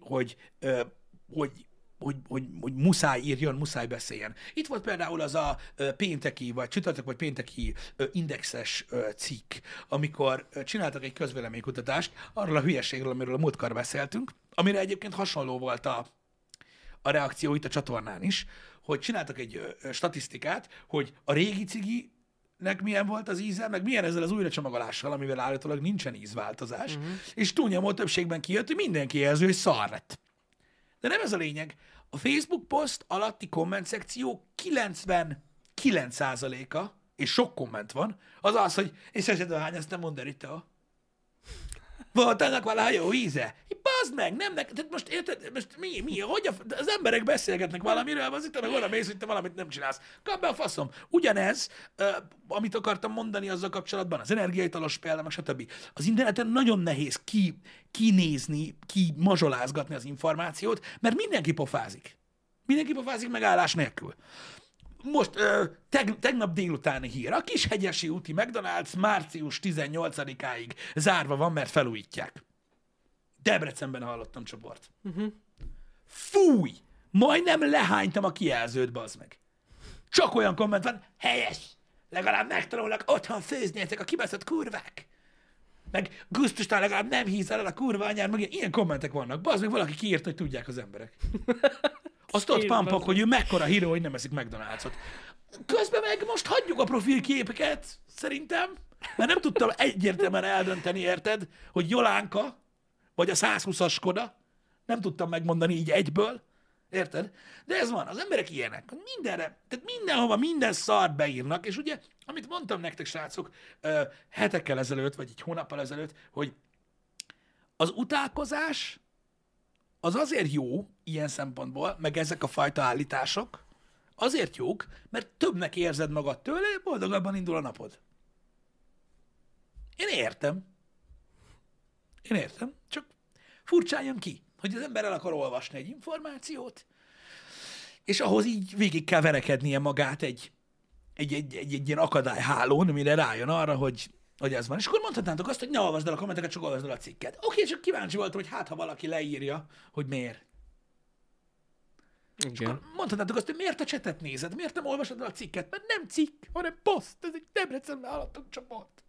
A: hogy muszáj írjon, muszáj beszéljen. Itt volt például az a pénteki, vagy csütörtök, vagy pénteki indexes cikk, amikor csináltak egy közvéleménykutatást arról a hülyeségről, amiről a múltkor beszéltünk, amire egyébként hasonló volt a reakció itt a csatornán is, hogy csináltak egy statisztikát, hogy a régi ciginek milyen volt az íze, meg milyen ezzel az újracsomagolással, amivel állítólag nincsen ízváltozás, és túlnyomó többségben kijött, hogy mindenki jelző, hogy szar lett. De nem ez a lényeg. A Facebook poszt alatti komment szekció 99%-a, és sok komment van, az az, hogy és esetleg hány, ezt nem mondd el itt a... Volt annak valaha jó íze? Bazd meg, nem neked, tehát most érted, most mi, hogy az emberek beszélgetnek valamiről, az itt meg oda mész, hogy te valamit nem csinálsz. Kap be a faszom. Ugyanez, amit akartam mondani azzal kapcsolatban, az energiaitalos példa, meg stb. Az interneten nagyon nehéz kinézni, kimazsolázgatni az információt, mert mindenki pofázik. Mindenki pofázik megállás nélkül. Most tegnap délutáni hír. A Kishegyesi úti McDonald's március 18-áig zárva van, mert felújítják. Debrecenben hallottam csoport. Fúj! Majdnem lehánytam a kijelzőt, bazd meg. Csak olyan komment van, helyes! Legalább megtanulnak otthon főznétek a kibaszott kurvák. Meg gusztustán legalább nem hízel el a kurva anyár, meg ilyen kommentek vannak. Bazd meg, valaki kiírt, hogy tudják az emberek. Azt ott pampok, hogy ő mekkora híró, hogy nem eszik McDonald's-ot. Közben meg most hagyjuk a profilképeket, szerintem, mert nem tudtam egyértelműen eldönteni, érted, hogy Jolánka, vagy a 120-as Skoda, nem tudtam megmondani így egyből, érted? De ez van, az emberek ilyenek. Mindenre, tehát mindenhova minden szart beírnak, és ugye, amit mondtam nektek, srácok, hetekkel ezelőtt, vagy egy hónappal ezelőtt, hogy az utálkozás az azért jó ilyen szempontból, meg ezek a fajta állítások, azért jók, mert többnek érzed magad tőle, boldogabban indul a napod. Én értem, csak furcsán jön ki, hogy az ember el akar olvasni egy információt, és ahhoz így végig kell verekednie magát egy ilyen akadályhálón, amire rájön arra, hogy hogy ez van. És akkor mondhatnátok azt, hogy ne olvasd el a kommenteket, csak olvasd el a cikket. Oké, csak kíváncsi voltam, hogy hát, ha valaki leírja, hogy miért. És
B: Igen.
A: akkor mondhatnátok azt, hogy miért a csetet nézed, miért nem olvasod el a cikket, mert nem cikk, hanem poszt, ez egy Debrecenben haladtunk csoport.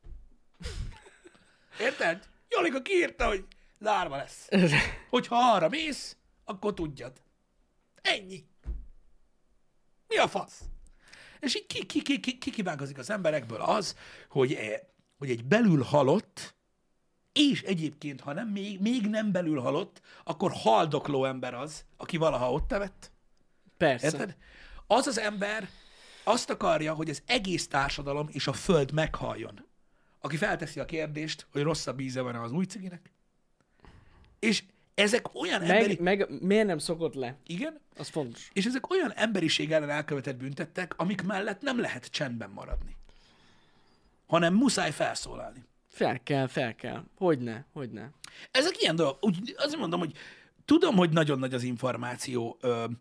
A: Érted? Jolika kiírta, hogy zárva lesz. Hogyha arra mész, akkor tudjad. Ennyi. Mi a fasz? És így kikívánkozik az emberekből az, hogy egy belül halott, és egyébként, ha nem, még nem belül halott, akkor haldokló ember az, aki valaha ott evett.
B: Persze.
A: Érted? Az az ember azt akarja, hogy az egész társadalom és a föld meghaljon. Aki felteszi a kérdést, hogy rosszabb íze van az új ciginek. És ezek olyan emberi...
B: Meg miért nem szokott le?
A: Igen?
B: Az fontos.
A: És ezek olyan emberiség ellen elkövetett büntettek, amik mellett nem lehet csendben maradni. Hanem muszáj felszólalni.
B: Fel kell. Hogyne.
A: Ezek ilyen dolgok. Úgy azért mondom, hogy tudom, hogy nagyon nagy az információ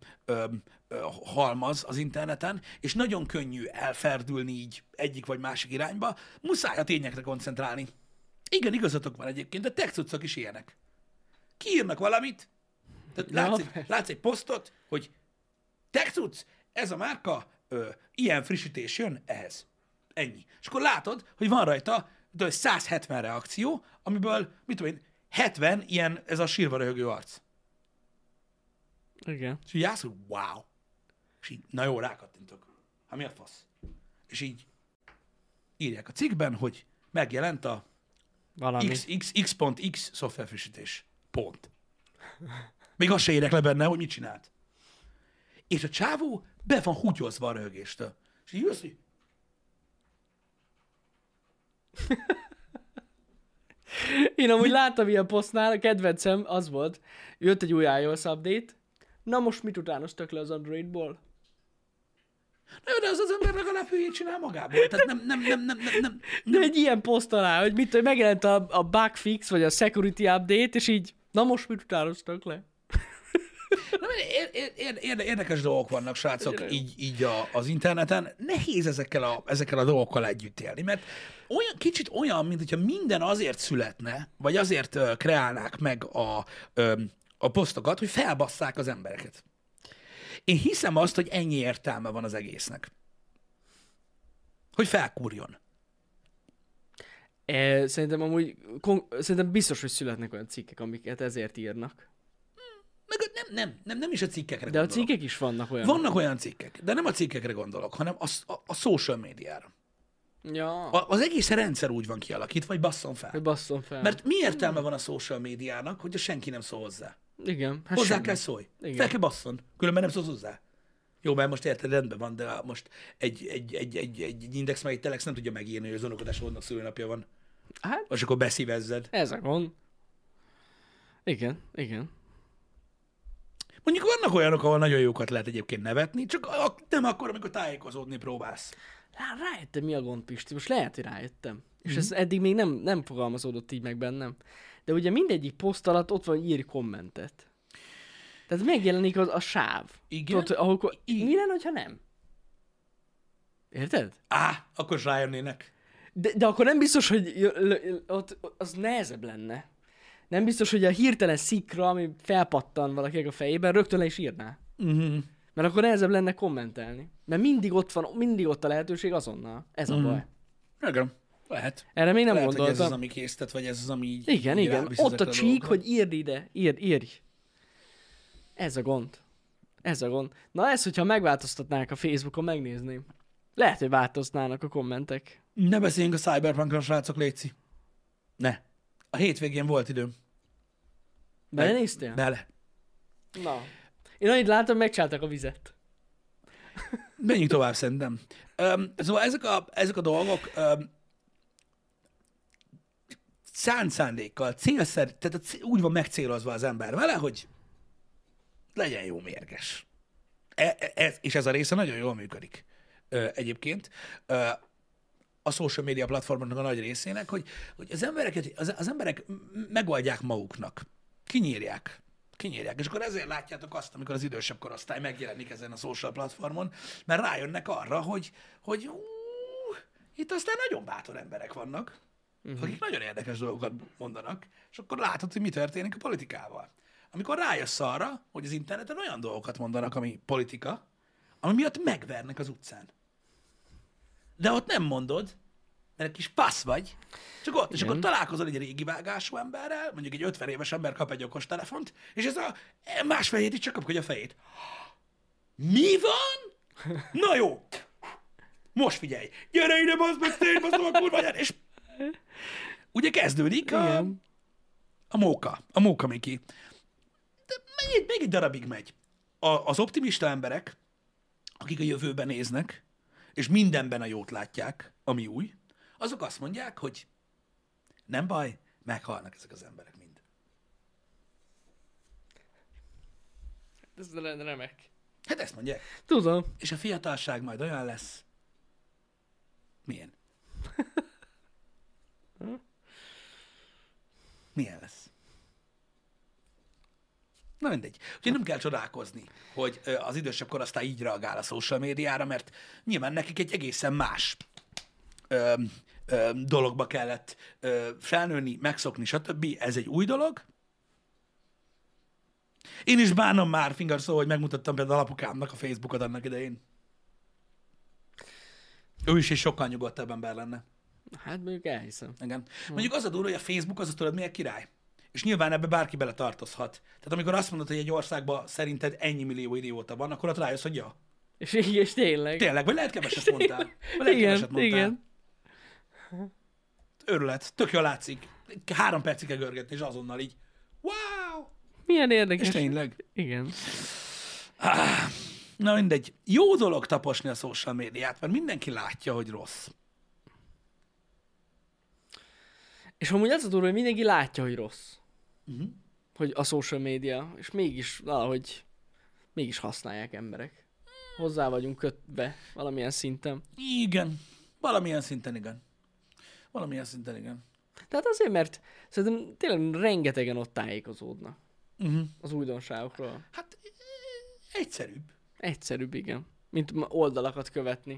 A: halmaz az interneten, és nagyon könnyű elferdülni így egyik vagy másik irányba. Muszáj a tényekre koncentrálni. Igen, igazatok van egyébként, de tech cuccok is ilyenek. Kiírnak valamit, tehát látsz egy posztot, hogy tech cucc, ez a márka, ilyen frissítés jön ehhez. Ennyi. És akkor látod, hogy van rajta 170 reakció, amiből, mit tudom én, 70 ilyen, ez a sírva röhögő arc.
B: Igen.
A: És így állsz, hogy wow. És így, na jó, rákattintok. Hát mi a fasz? És így írják a cikkben, hogy megjelent a
B: Valami.
A: x.x szoftverfrissítés. Pont. Még azt se érek le benne, hogy mit csinált. És a csávó be van húgyozva a röhögéstől. És így jössz, hogy
B: Én amúgy láttam ilyen posztnál, a kedvencem az volt, jött egy új iOS update, na most mit utánoztak le az Androidból?
A: na jó, de az ember legalább hülyét csinál magából. Tehát nem.
B: De egy ilyen poszt alá, hogy mit tudom, megjelent a bug fix, vagy a security update, és így, na most mit utánoztak le?
A: Na, érdekes dolgok vannak, srácok, így az interneten. Nehéz ezekkel a dolgokkal együtt élni, mert kicsit olyan, mint hogyha minden azért születne, vagy azért kreálnák meg a posztokat, hogy felbasszák az embereket. Én hiszem azt, hogy ennyi értelme van az egésznek. Hogy felkúrjon.
B: Szerintem amúgy, szerintem biztos, hogy születnek olyan cikkek, amiket ezért írnak.
A: Meg nem is a cikkekre
B: De
A: gondolok.
B: a cikkek is vannak olyan.
A: Vannak olyan cikkek, de nem a cikkekre gondolok, hanem a social médiára.
B: Ja,
A: Az egész rendszer úgy van kialakítva, hogy basszon fel.
B: hogy basszon fel.
A: Mert mi értelme van a social médiának, hogyha senki nem szól hozzá?
B: Igen, hát
A: Hozzá
B: semmi.
A: kell szólj.
B: Igen.
A: Fel kell basszon. Különben nem szólsz hozzá. Jó, mert most érted, rendben van, de most egy Index meg egy Telex nem tudja megírni, hogy az unokodásodnak szülőnapja van.
B: Hát,
A: És akkor beszívezzed.
B: ez a gond. Igen.
A: Mondjuk vannak olyanok, ahol nagyon jókat lehet egyébként nevetni, csak nem akkor, amikor tájékozódni próbálsz.
B: Rájöttem, mi a gond, Pisti. Most lehet, hogy rájöttem. És ez eddig még nem fogalmazódott így meg bennem. De ugye mindegyik poszt alatt ott van, hogy írj kommentet. Tehát megjelenik a sáv.
A: Igen?
B: Tudod, ahol, mi lenne, ha nem? Érted?
A: Akkor is rájönnének.
B: De akkor nem biztos, hogy ott az nehezebb lenne. Nem biztos, hogy a hirtelen szikra, ami felpattan valakinek a fejében, rögtön le is írná.
A: Uh-huh.
B: Mert akkor nehezebb lenne kommentelni. Mert mindig ott a lehetőség azonnal. Ez a baj.
A: Igen, lehet.
B: Erre még nem
A: Lehet, hogy
B: gondoltam.
A: ez az, ami késztet, vagy ez az, ami így...
B: Igen,
A: így
B: igen.
A: rávisz
B: Ott
A: ezekre
B: a csík,
A: dolgokra.
B: hogy írd ide. Írj. Ez a gond. Na ez, hogyha megváltoztatnák a Facebookon, megnézném. Lehet, hogy változnának a kommentek.
A: Ne beszéljünk a Cyberpunkra, srácok, létszi. Ne. A hétvégén volt időm.
B: Belenéztél?
A: Bele.
B: Na. Én annyit láttam, megcsáltak a vizet.
A: Menjünk tovább, szerintem. Szóval ezek a dolgok szánt szándékkal, célszer, tehát úgy van megcélozva az ember vele, hogy legyen jó mérges. És ez a része nagyon jól működik egyébként. A social media platformoknak a nagy részének, hogy az emberek megoldják maguknak. Kinyírják. És akkor ezért látjátok azt, amikor az idősebb korosztály megjelenik ezen a social platformon, mert rájönnek arra, hogy itt aztán nagyon bátor emberek vannak. akik nagyon érdekes dolgokat mondanak, és akkor látod, hogy mi történik a politikával. Amikor rájössz arra, hogy az interneten olyan dolgokat mondanak, ami politika, ami miatt megvernek az utcán. De ott nem mondod, mert egy kis passz vagy, csak ott, és akkor találkozol egy régi vágású emberrel, mondjuk egy 50 éves ember kap egy okostelefont, és ez a másfél hét is csak kapkodja a fejét. Mi van? Na jó! Most figyelj! Gyere ide, bazd meg, szétbaszom a kurva anyád! És ugye kezdődik a móka Miki. De még egy darabig megy. Az optimista emberek, akik a jövőben néznek, és mindenben a jót látják, ami új, azok azt mondják, hogy nem baj, meghalnak ezek az emberek mind.
B: Ez remek.
A: Hát ezt mondják.
B: Tudom.
A: És a fiatalság majd olyan lesz. Milyen? Milyen lesz? Na mindegy. Úgyhogy nem kell csodálkozni, hogy az idősebb korosztály így reagál a social médiára, mert nyilván nekik egy egészen más dologba kellett felnőni, megszokni, stb. Ez egy új dolog. Én is bánom már, finger szó, hogy megmutattam például apukámnak a Facebookot annak idején. Ő is egy sokkal nyugodtabb ember lenne.
B: Hát mondjuk elhiszem.
A: Igen. Mondjuk az a durva, hogy a Facebook az, tudod, milyen király. És nyilván ebbe bárki bele tartozhat. Tehát amikor azt mondod, hogy egy országban szerinted ennyi millió idióta van, akkor ott rájössz, hogy ja.
B: És tényleg.
A: Tényleg, vagy lehet keveset mondtál. Vagy lehet keveset mondtál.
B: Igen.
A: Örület, tök jól látszik. 3 percig kell görgetni, és azonnal így. Wow!
B: Milyen érdekes.
A: És tényleg.
B: Igen.
A: Na mindegy. Jó dolog taposni a social médiát, mert mindenki látja, hogy rossz.
B: És amúgy az a durva, hogy mindenki látja, hogy rossz. Hogy a social media, és mégis valahogy mégis használják emberek. Hozzá vagyunk kötve valamilyen szinten.
A: Igen. Valamilyen szinten igen. Valamilyen szinten igen.
B: Tehát azért, mert szerintem tényleg rengetegen ott tájékozódnak. Az újdonságokról.
A: Hát egyszerűbb.
B: Egyszerűbb, igen. Mint oldalakat követni.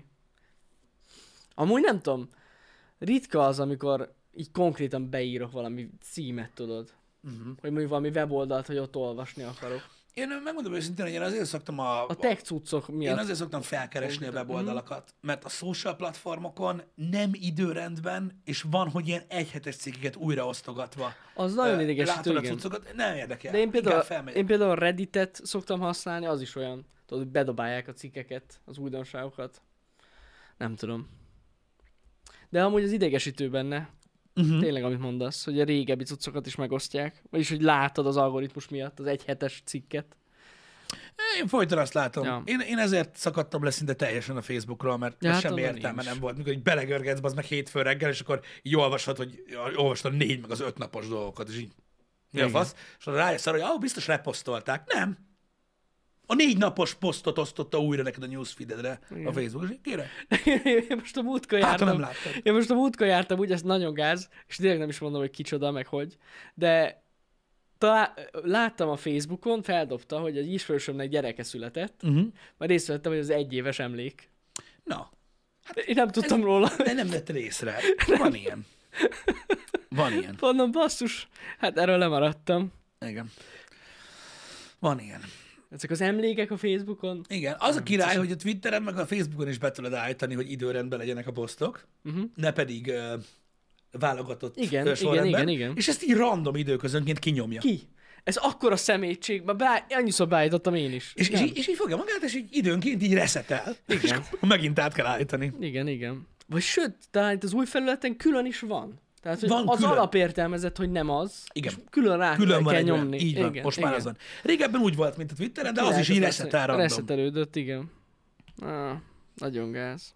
B: Amúgy nem tudom, ritka az, amikor így konkrétan beírok valami címet, tudod. Hogy mondjuk valami weboldalt, hogy ott olvasni akarok.
A: Én megmondom őszintén, hogy én azért szoktam
B: a tech cuccok miatt.
A: Én azért szoktam felkeresni a weboldalakat, mert a social platformokon nem időrendben, és van, hogy ilyen egyhetes cikkeket újraosztogatva.
B: Az nagyon idegesítő,
A: látod a
B: igen.
A: cuccokat, nem érdekel.
B: De én például a Redditet szoktam használni, az is olyan, tudod, hogy bedobálják a cikkeket, az újdonságokat. Nem tudom. De amúgy az idegesítő benne. Tényleg, amit mondasz, hogy a régebbi cuccokat is megosztják. Vagyis, hogy látod az algoritmus miatt az egyhetes cikket.
A: Én folyton azt látom.
B: Ja.
A: Én ezért szakadtam le szinte teljesen a Facebookról, mert
B: Ja, hát
A: semmi
B: onnan
A: értelme
B: nincs.
A: nem volt. Mikor így belegörgetsz, az meg hétfő reggel, és akkor így olvasod, hogy olvastad 4 meg az 5 napos dolgokat, és így mi a
B: Igen.
A: fasz? És akkor rájössz arra, hogy biztos reposztolták. Nem. A 4 napos posztot osztotta újra neked a newsfeededre a Facebook, és így kérem.
B: Én most a múltkor
A: Hát, ha
B: jártam.
A: nem láttad.
B: Én most a múltkor jártam, úgy, ez nagyon gáz, és tényleg nem is mondom, hogy kicsoda, meg hogy. De láttam a Facebookon, feldobta, hogy az ismerősömnek gyereke született, majd észrevettem, hogy az 1 éves emlék.
A: Na,
B: Én nem tudtam róla.
A: de nem vetted észre. Van ilyen. Van ilyen.
B: Mondom, basszus, hát erről lemaradtam.
A: Igen. Van ilyen.
B: Ezek az emlékek a Facebookon.
A: Igen, az a király, hogy a Twitteren meg a Facebookon is be tudod állítani, hogy időrendben legyenek a posztok, ne pedig válogatott
B: Igen,
A: sorrendben,
B: igen.
A: és ezt így random időközönként kinyomja.
B: Ki? Ez akkora szemétség, annyiszor beállítottam én is.
A: És így fogja magát, és így időnként így reszetel. És akkor megint át kell állítani.
B: Igen. Vagy sőt, talán itt az új felületen külön is van. Tehát, hogy
A: Van
B: az
A: külön.
B: alapértelmezett, hogy nem az,
A: Igen.
B: és külön rá
A: Külön van
B: kell
A: egy olyan.
B: nyomni.
A: Így van,
B: Igen,
A: most már
B: igen.
A: az van. Régebben úgy volt, mint a Twitteren, de az is így reszetel random.
B: Reszetelődött, igen. Nagyon gáz.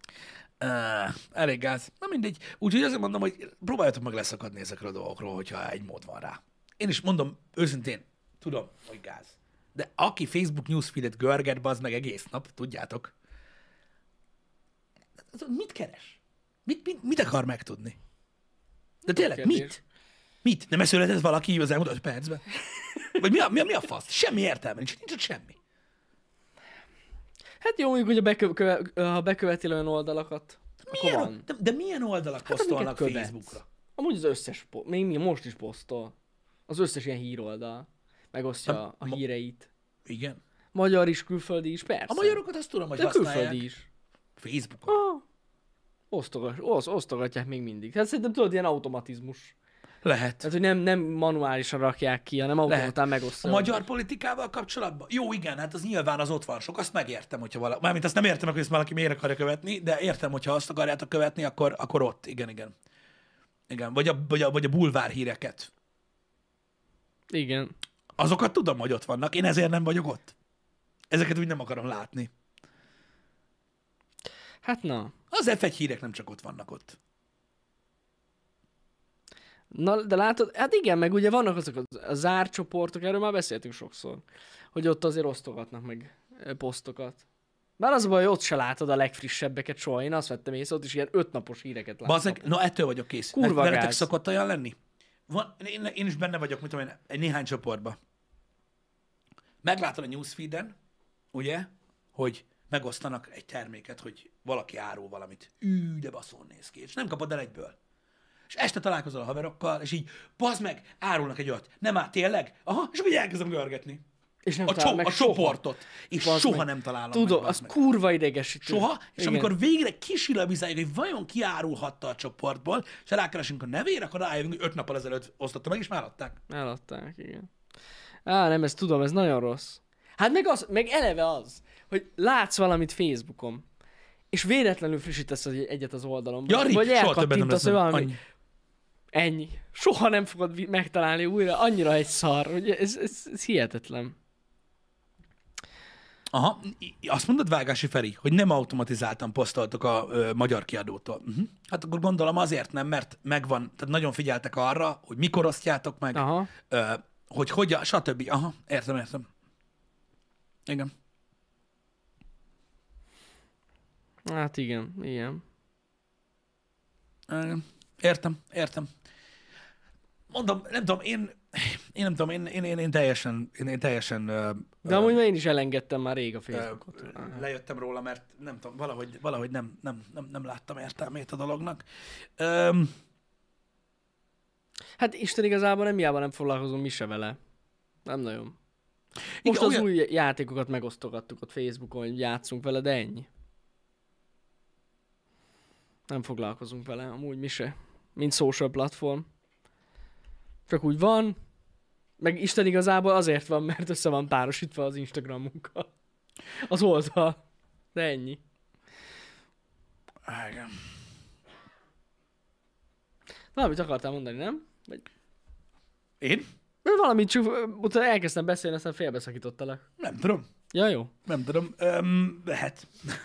A: Elég gáz. Na mindegy. Úgyhogy azért mondom, hogy próbáljatok meg leszakadni ezekről a dolgokról, hogyha egy mód van rá. Én is mondom őszintén, tudom, hogy gáz. De aki Facebook newsfeedet görget, bazd meg egész nap, tudjátok, mit keres? Mit akar megtudni? De tényleg,
B: kérdés.
A: mit? Nem eszületett valaki az elmúlt 5 percben? Vagy mi a fasz? Semmi értelme nincs ott semmi.
B: Hát jó, mondjuk, hogy ha bekövetél olyan oldalakat, akkor van.
A: De milyen oldalak
B: Hát,
A: posztolnak
B: amiket követsz.
A: Facebookra?
B: Amúgy az összes, még most is posztol. Az összes ilyen híroldal. Megosztja a híreit.
A: Igen.
B: Magyar is, külföldi is, persze.
A: A magyarokat azt tudom, hogy
B: de
A: használják.
B: Külföldi is.
A: Facebookon.
B: Osztogatják még mindig. Hát szerintem tudod, ilyen automatizmus.
A: Lehet.
B: Tehát, hogy nem manuálisan rakják ki, hanem automatán megosztja.
A: A magyar politikával kapcsolatban? Jó, igen, hát az nyilván az ott van sok, azt megértem, hogyha valaki, mármint azt nem értem, hogy ezt valaki miért akarja követni, de értem, hogyha azt akarjátok követni, akkor ott, igen. Igen, vagy a bulvár híreket.
B: Igen.
A: Azokat tudom, hogy ott vannak, én ezért nem vagyok ott. Ezeket úgy nem akarom látni.
B: Hát na.
A: Az F1 hírek nem csak ott vannak ott.
B: Na, de látod, hát igen, meg ugye vannak azok a zárt csoportok, erről már beszéltünk sokszor, hogy ott azért osztogatnak meg posztokat. Bár az a baj, hogy ott se látod a legfrissebbeket soha. Én azt vettem észre, ott is ilyen 5 napos híreket láttam.
A: Bazzeg, no ettől vagyok kész.
B: Kurva
A: Veletek
B: gáz.
A: szokott olyan lenni? Én is benne vagyok, mit tudom én, egy néhány csoportban. Meglátod a newsfeeden, ugye, hogy megosztanak egy terméket, hogy valaki árul valamit. De baszón néz ki, és nem kapod el egyből. És este találkozol a haverokkal, és így, bazd meg, árulnak egy olyat. Nem áll, tényleg? Aha, és akkor így elkezdem görgetni.
B: És nem
A: A csoportot. És soha nem találom
B: Tudom,
A: meg.
B: az kurva idegesítő.
A: Soha, és
B: igen.
A: amikor végre kisilabizáljuk, hogy vajon kiárulhatta a csoportból, és rákeresünk a nevére, akkor rájövünk, hogy 5 nappal ezelőtt osztotta meg, és már adták.
B: Eladták, igen. Nem, ezt tudom, ez nagyon rossz. Hát meg eleve az, hogy látsz valamit Facebookon, és véletlenül frissítesz egyet az oldalon.
A: Ja,
B: vagy
A: soha többet nem
B: elkattintasz,
A: lesz
B: hogy valami.
A: annyi.
B: Ennyi. Soha nem fogod megtalálni újra, annyira egy szar, hogy ez hihetetlen.
A: Aha, azt mondod, Vágási Feri, hogy nem automatizáltan posztoltok a magyar kiadótól. Hát akkor gondolom azért nem, mert megvan, tehát nagyon figyeltek arra, hogy mikor osztjátok meg,
B: Aha.
A: hogy hogyan, stb. Aha, értem. Igen.
B: Hát igen.
A: Igen. Értem. Mondom, nem tudom, én nem tudom, én teljesen
B: De amúgy én is elengedtem már rég a Facebookot.
A: lejöttem róla, mert nem tudom, valahogy nem láttam értelmét a dolognak.
B: Hát Isten igazából nem foglalkozunk mi se vele. Nem nagyon. Most
A: Igen,
B: az új játékokat megosztogattuk ott Facebookon, hogy játszunk vele, de ennyi. Nem foglalkozunk vele, amúgy mi se. Mint social platform. Csak úgy van. Meg Isten igazából azért van, mert össze van párosítva az Instagramunkkal. Az oldal. De ennyi.
A: Igen.
B: Valamit akartál mondani, nem? Vagy...
A: Én?
B: Valamit csak utána elkezdtem beszélni, aztán félbeszakítottalak.
A: Nem tudom.
B: Ja, jó.
A: Nem tudom. Lehet.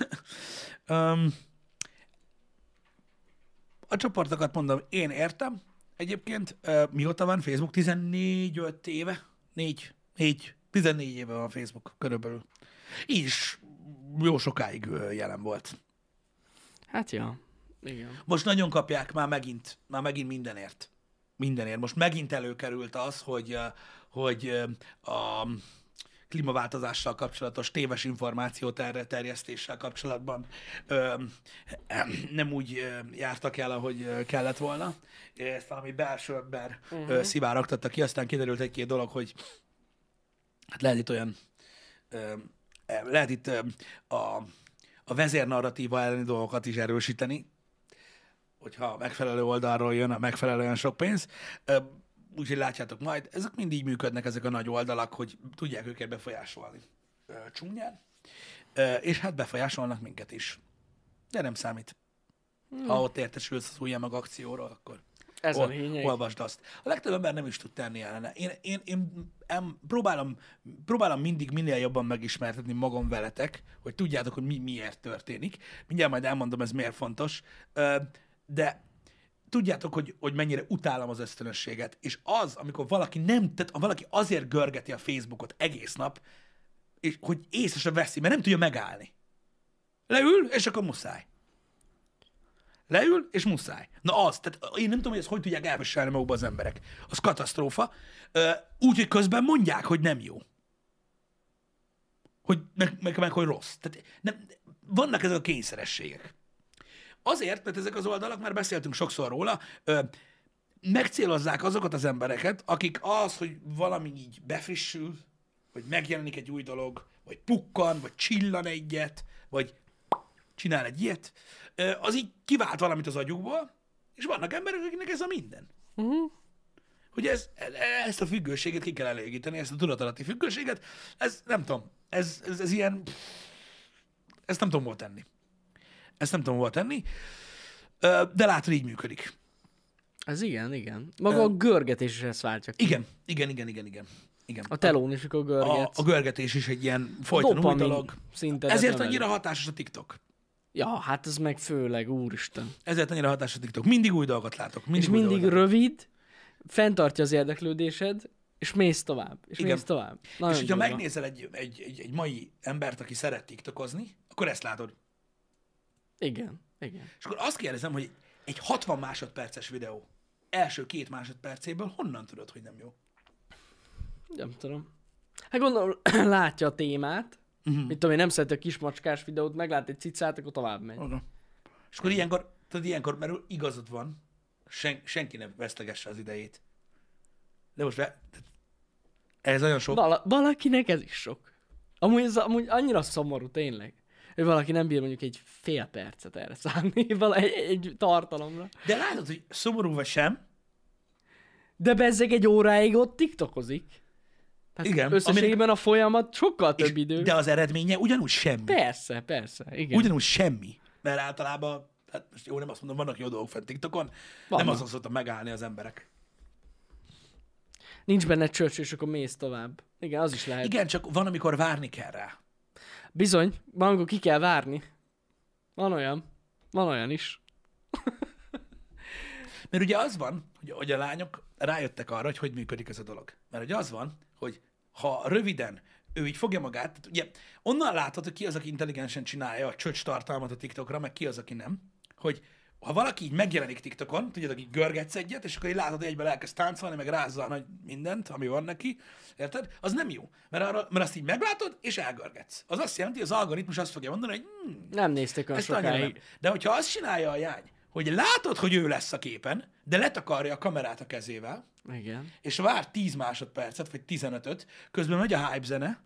A: A csoportokat mondom, én értem. Egyébként mióta van Facebook? 14-5 éve? 14 éve van Facebook körülbelül. Így is jó sokáig jelen volt.
B: Hát ja. Igen.
A: Most nagyon kapják már megint mindenért. Mindenért. Most megint előkerült az, hogy a klímaváltozással kapcsolatos téves információ terjesztéssel kapcsolatban nem úgy jártak el, ahogy kellett volna. Ezt valami belső ember szivárogtatta ki, aztán kiderült egy-két dolog, hogy hát lehet itt a vezérnarratíva elleni dolgokat is erősíteni, hogyha megfelelő oldalról jön a megfelelően sok pénz. Úgyhogy látjátok majd, ezek mind így működnek, ezek a nagy oldalak, hogy tudják őket befolyásolni csúnyán, és hát befolyásolnak minket is. De nem számít. Ha ott értesülsz az új mag akcióról, akkor
B: Ez a lényeg.
A: olvasd azt. A legtöbb ember nem is tud tenni ellene. Én próbálom mindig minél jobban megismertetni magam veletek, hogy tudjátok, hogy miért történik. Mindjárt majd elmondom, ez miért fontos. De tudjátok, hogy mennyire utálom az ösztönösséget. És az, amikor valaki azért görgeti a Facebookot egész nap, és hogy észre se veszi, mert nem tudja megállni. Leül, és akkor muszáj. Leül, és muszáj. Na az, tehát én nem tudom, hogy ezt hogy tudják elviselni magukba az emberek. Az katasztrófa. Úgy, hogy közben mondják, hogy nem jó. Meg hogy rossz. Tehát vannak ezek a kényszerességek. Azért, mert ezek az oldalak, már beszéltünk sokszor róla, megcélozzák azokat az embereket, akik az, hogy valami így befrissül, vagy megjelenik egy új dolog, vagy pukkan, vagy csillan egyet, vagy csinál egy ilyet, az így kivált valamit az agyukból, és vannak emberek, akiknek ez a minden. Hogy ezt a függőséget ki kell elégíteni, ezt a tudatalatti függőséget, ez nem tudom, ez ilyen, ezt nem tudom hol tenni. Ezt nem tudom hol tenni, de látod, így működik.
B: Ez igen. Maga a görgetés is ezt váltja ki.
A: Igen.
B: A telón is, akkor görgetsz.
A: A görgetés is egy ilyen folyton új dolog. Ezért
B: növeli.
A: annyira hatásos a TikTok.
B: Ja, hát ez meg főleg, úristen.
A: Ezért annyira hatásos a TikTok. Mindig új dolgot látok.
B: És
A: új
B: mindig
A: dolgot
B: rövid, fenntartja az érdeklődésed, és mész tovább. És
A: Igen.
B: mész tovább.
A: És hogyha megnézel egy mai embert, aki szeret TikTokozni, akkor ezt látod.
B: Igen.
A: És akkor azt kérdezem, hogy egy 60 másodperces videó első 2 másodpercéből honnan tudod, hogy nem jó?
B: Nem tudom. Hát gondolom, látja a témát. Mit tudom én, nem szereti a kismacskás videót, meglát egy cicát, akkor tovább megy.
A: És akkor ilyenkor, mert igazad van, senki nem vesztegesse az idejét. De most ez nagyon sok.
B: Valakinek ez is sok. Amúgy annyira szomorú, tényleg. Hogy valaki nem bír mondjuk egy fél percet erre szállni, egy tartalomra.
A: De látod, hogy szomorú vagy sem.
B: De bezzeg egy óráig ott tiktokozik. Tehát
A: igen.
B: Összességében a folyamat sokkal több idő.
A: De az eredménye ugyanúgy semmi.
B: Persze, igen.
A: Ugyanúgy semmi. Mert általában, hát most jó, nem azt mondom, vannak jó dolgok fent TikTokon, nem azon szoktam megállni az emberek.
B: Nincs benne csörcs, és akkor mész tovább. Igen, az is lehet.
A: Igen, csak van, amikor várni kell rá.
B: Bizony, van, ki kell várni. Van olyan is.
A: Mert ugye az van, hogy a lányok rájöttek arra, hogy működik ez a dolog. Mert ugye az van, hogy ha röviden ő így fogja magát, tehát ugye onnan láthatod, hogy ki az, aki intelligensen csinálja a csöcs tartalmat a TikTokra, meg ki az, aki nem, hogy ha valaki így megjelenik TikTokon, tudjátok, így görgetsz egyet, és akkor így látod, hogy egyben elkezd táncolni, meg rázza a nagy mindent, ami van neki, érted? Az nem jó, mert azt így meglátod, és elgörgetsz. Az azt jelenti, hogy az algoritmus azt fogja mondani, hogy
B: nem nézték olyan sokáig.
A: De hogyha azt csinálja a jány, hogy látod, hogy ő lesz a képen, de letakarja a kamerát a kezével,
B: igen,
A: és vár 10 másodpercet, vagy 15-öt, közben megy a hype zene,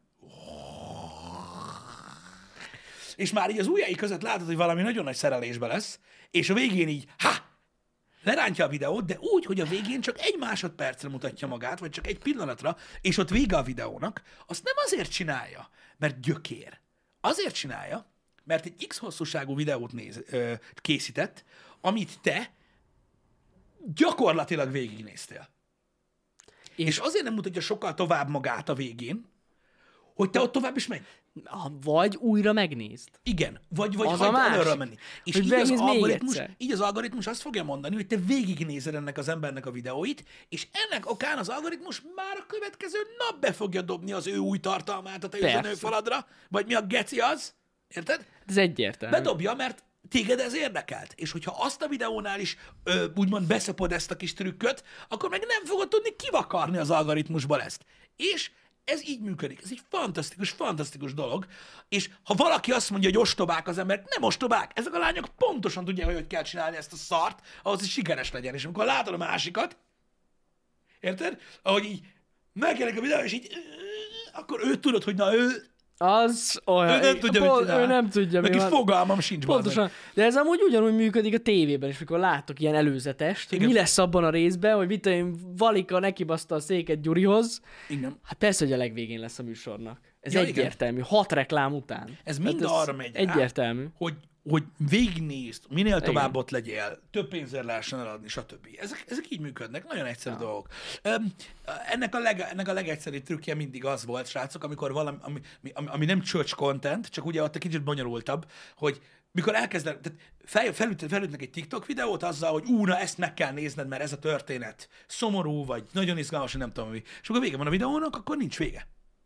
A: és már így az ujjai között látod, hogy valami nagyon nagy szerelésbe lesz, és a végén így, lerántja a videót, de úgy, hogy a végén csak 1 másodpercre mutatja magát, vagy csak 1 pillanatra, és ott vége a videónak, azt nem azért csinálja, mert gyökér. Azért csinálja, mert egy X hosszúságú videót készített, amit te gyakorlatilag végignéztél. És azért nem mutatja sokkal tovább magát a végén, hogy te ott tovább is menj.
B: Vagy újra megnézd.
A: Igen, vagy hagyd előről menni. És így az algoritmus azt fogja mondani, hogy te végignézed ennek az embernek a videóit, és ennek okán az algoritmus már a következő nap be fogja dobni az ő új tartalmát a te üzenőfaladra, vagy mi a geci az, érted?
B: Ez egyértelmű.
A: Bedobja, mert téged ez érdekelt. És hogyha azt a videónál is úgymond beszapod ezt a kis trükköt, akkor meg nem fogod tudni kivakarni az algoritmusból ezt. És ez így működik. Ez egy fantasztikus dolog. És ha valaki azt mondja, hogy ostobák az emberek, nem ostobák. Ezek a lányok pontosan tudják, hogy kell csinálni ezt a szart, ahhoz, hogy sikeres legyen. És amikor látod a másikat, érted? Ahogy így megjelenik a videó, és így, akkor ő tudod, hogy na ő...
B: Az olyan.
A: Ő nem tudja, mit csinál.
B: Ő nem tudja, mi van.
A: Fogalmam sincs.
B: Pontosan. De ez amúgy ugyanúgy működik a tévében is, mikor látok ilyen előzetest, hogy mi lesz abban a részben, hogy mit tudom én, Valika nekibaszta a széket Gyurihoz.
A: Igen.
B: Hát persze, hogy a legvégén lesz a műsornak. Ez egyértelmű. 6 reklám után.
A: Ez mind arra megy rá,
B: egyértelmű.
A: hogy végignézd, minél tovább ott legyél, több pénzért lehessen eladni, stb. Ezek így működnek, nagyon egyszerű dolgok. Ennek a legegyszerűbb trükkje mindig az volt, srácok, amikor valami, ami nem church content, csak ugye ott egy kicsit bonyolultabb, hogy mikor elkezdenek, tehát felütnek egy TikTok videót azzal, hogy na ezt meg kell nézned, mert ez a történet szomorú, vagy nagyon izgalmas, nem tudom mi. És akkor vége van a videónak, akkor nincs vége.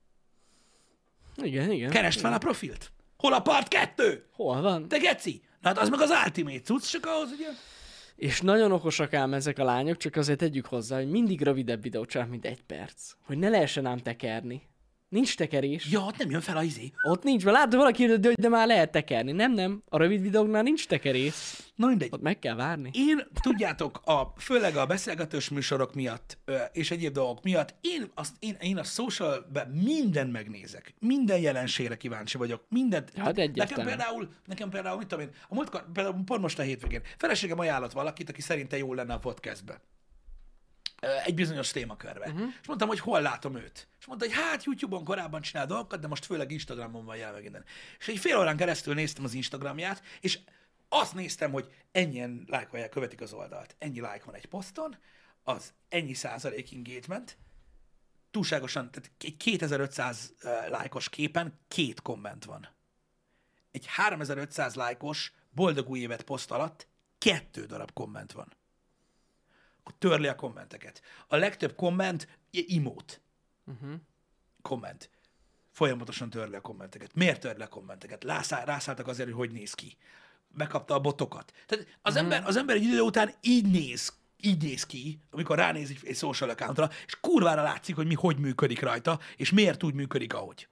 B: Igen.
A: Keresd fel a profilt. Hol a part 2?
B: Hol van?
A: Te geci! Na hát az meg az Ultimate cucc, csak ahhoz, ugye?
B: És nagyon okosak ám ezek a lányok, csak azért tegyük hozzá, hogy mindig rövidebb videót csinálnak, mint 1 perc. Hogy ne lehessen ám tekerni. Nincs tekerés.
A: Ja, ott nem jön fel a izé.
B: Ott nincs, mert látod, valaki írja, hogy de már lehet tekerni. Nem. A rövid videóknál nincs tekerés.
A: Na mindegy.
B: Ott meg kell várni.
A: Én, tudjátok, főleg a beszélgetős műsorok miatt, és egyéb dolgok miatt, én a socialben mindent megnézek. Minden jelenségre kíváncsi vagyok. Mindent.
B: Hát egyértelmű.
A: Nekem például, mit tudom én, a múltkor, például pont most a hétvégén, feleségem ajánlott valakit, aki szerinte jó lenne a podcastbe. Egy bizonyos témakörbe. És mondtam, hogy hol látom őt. És mondta, hogy hát YouTube-on korábban csinál dolgokat, de most főleg Instagramon van jelen meg innen. És egy fél órán keresztül néztem az Instagramját, és azt néztem, hogy ennyien lájkolják, követik az oldalt. Ennyi like van egy poszton, az ennyi százalék engagement, túlságosan, tehát egy 2500 lájkos képen 2 komment van. Egy 3500 lájkos boldog új évet poszt alatt 2 darab komment van. Akkor törli a kommenteket. A legtöbb komment emote. Komment. Folyamatosan törli a kommenteket. Miért törli a kommenteket? Rászálltak azért, hogy néz ki. Bekapta a botokat. Tehát az ember egy idő után így néz ki, amikor ránéz egy social accountra, és kurvára látszik, hogy hogy működik rajta, és miért úgy működik, ahogy.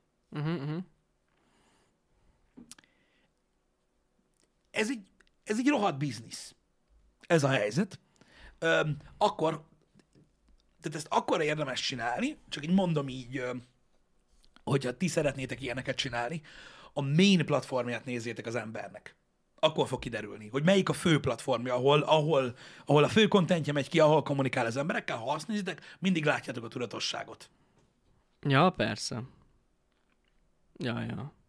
A: Ez egy rohadt biznisz. Ez a helyzet. Tehát ezt akkor érdemes csinálni, csak így mondom így, hogyha ti szeretnétek ilyeneket csinálni, a main platformját nézzétek az embernek. Akkor fog kiderülni, hogy melyik a fő platformja, ahol a fő kontentje megy ki, ahol kommunikál az emberekkel. Ha azt nézitek, mindig látjátok a tudatosságot.
B: Ja, persze. Ja.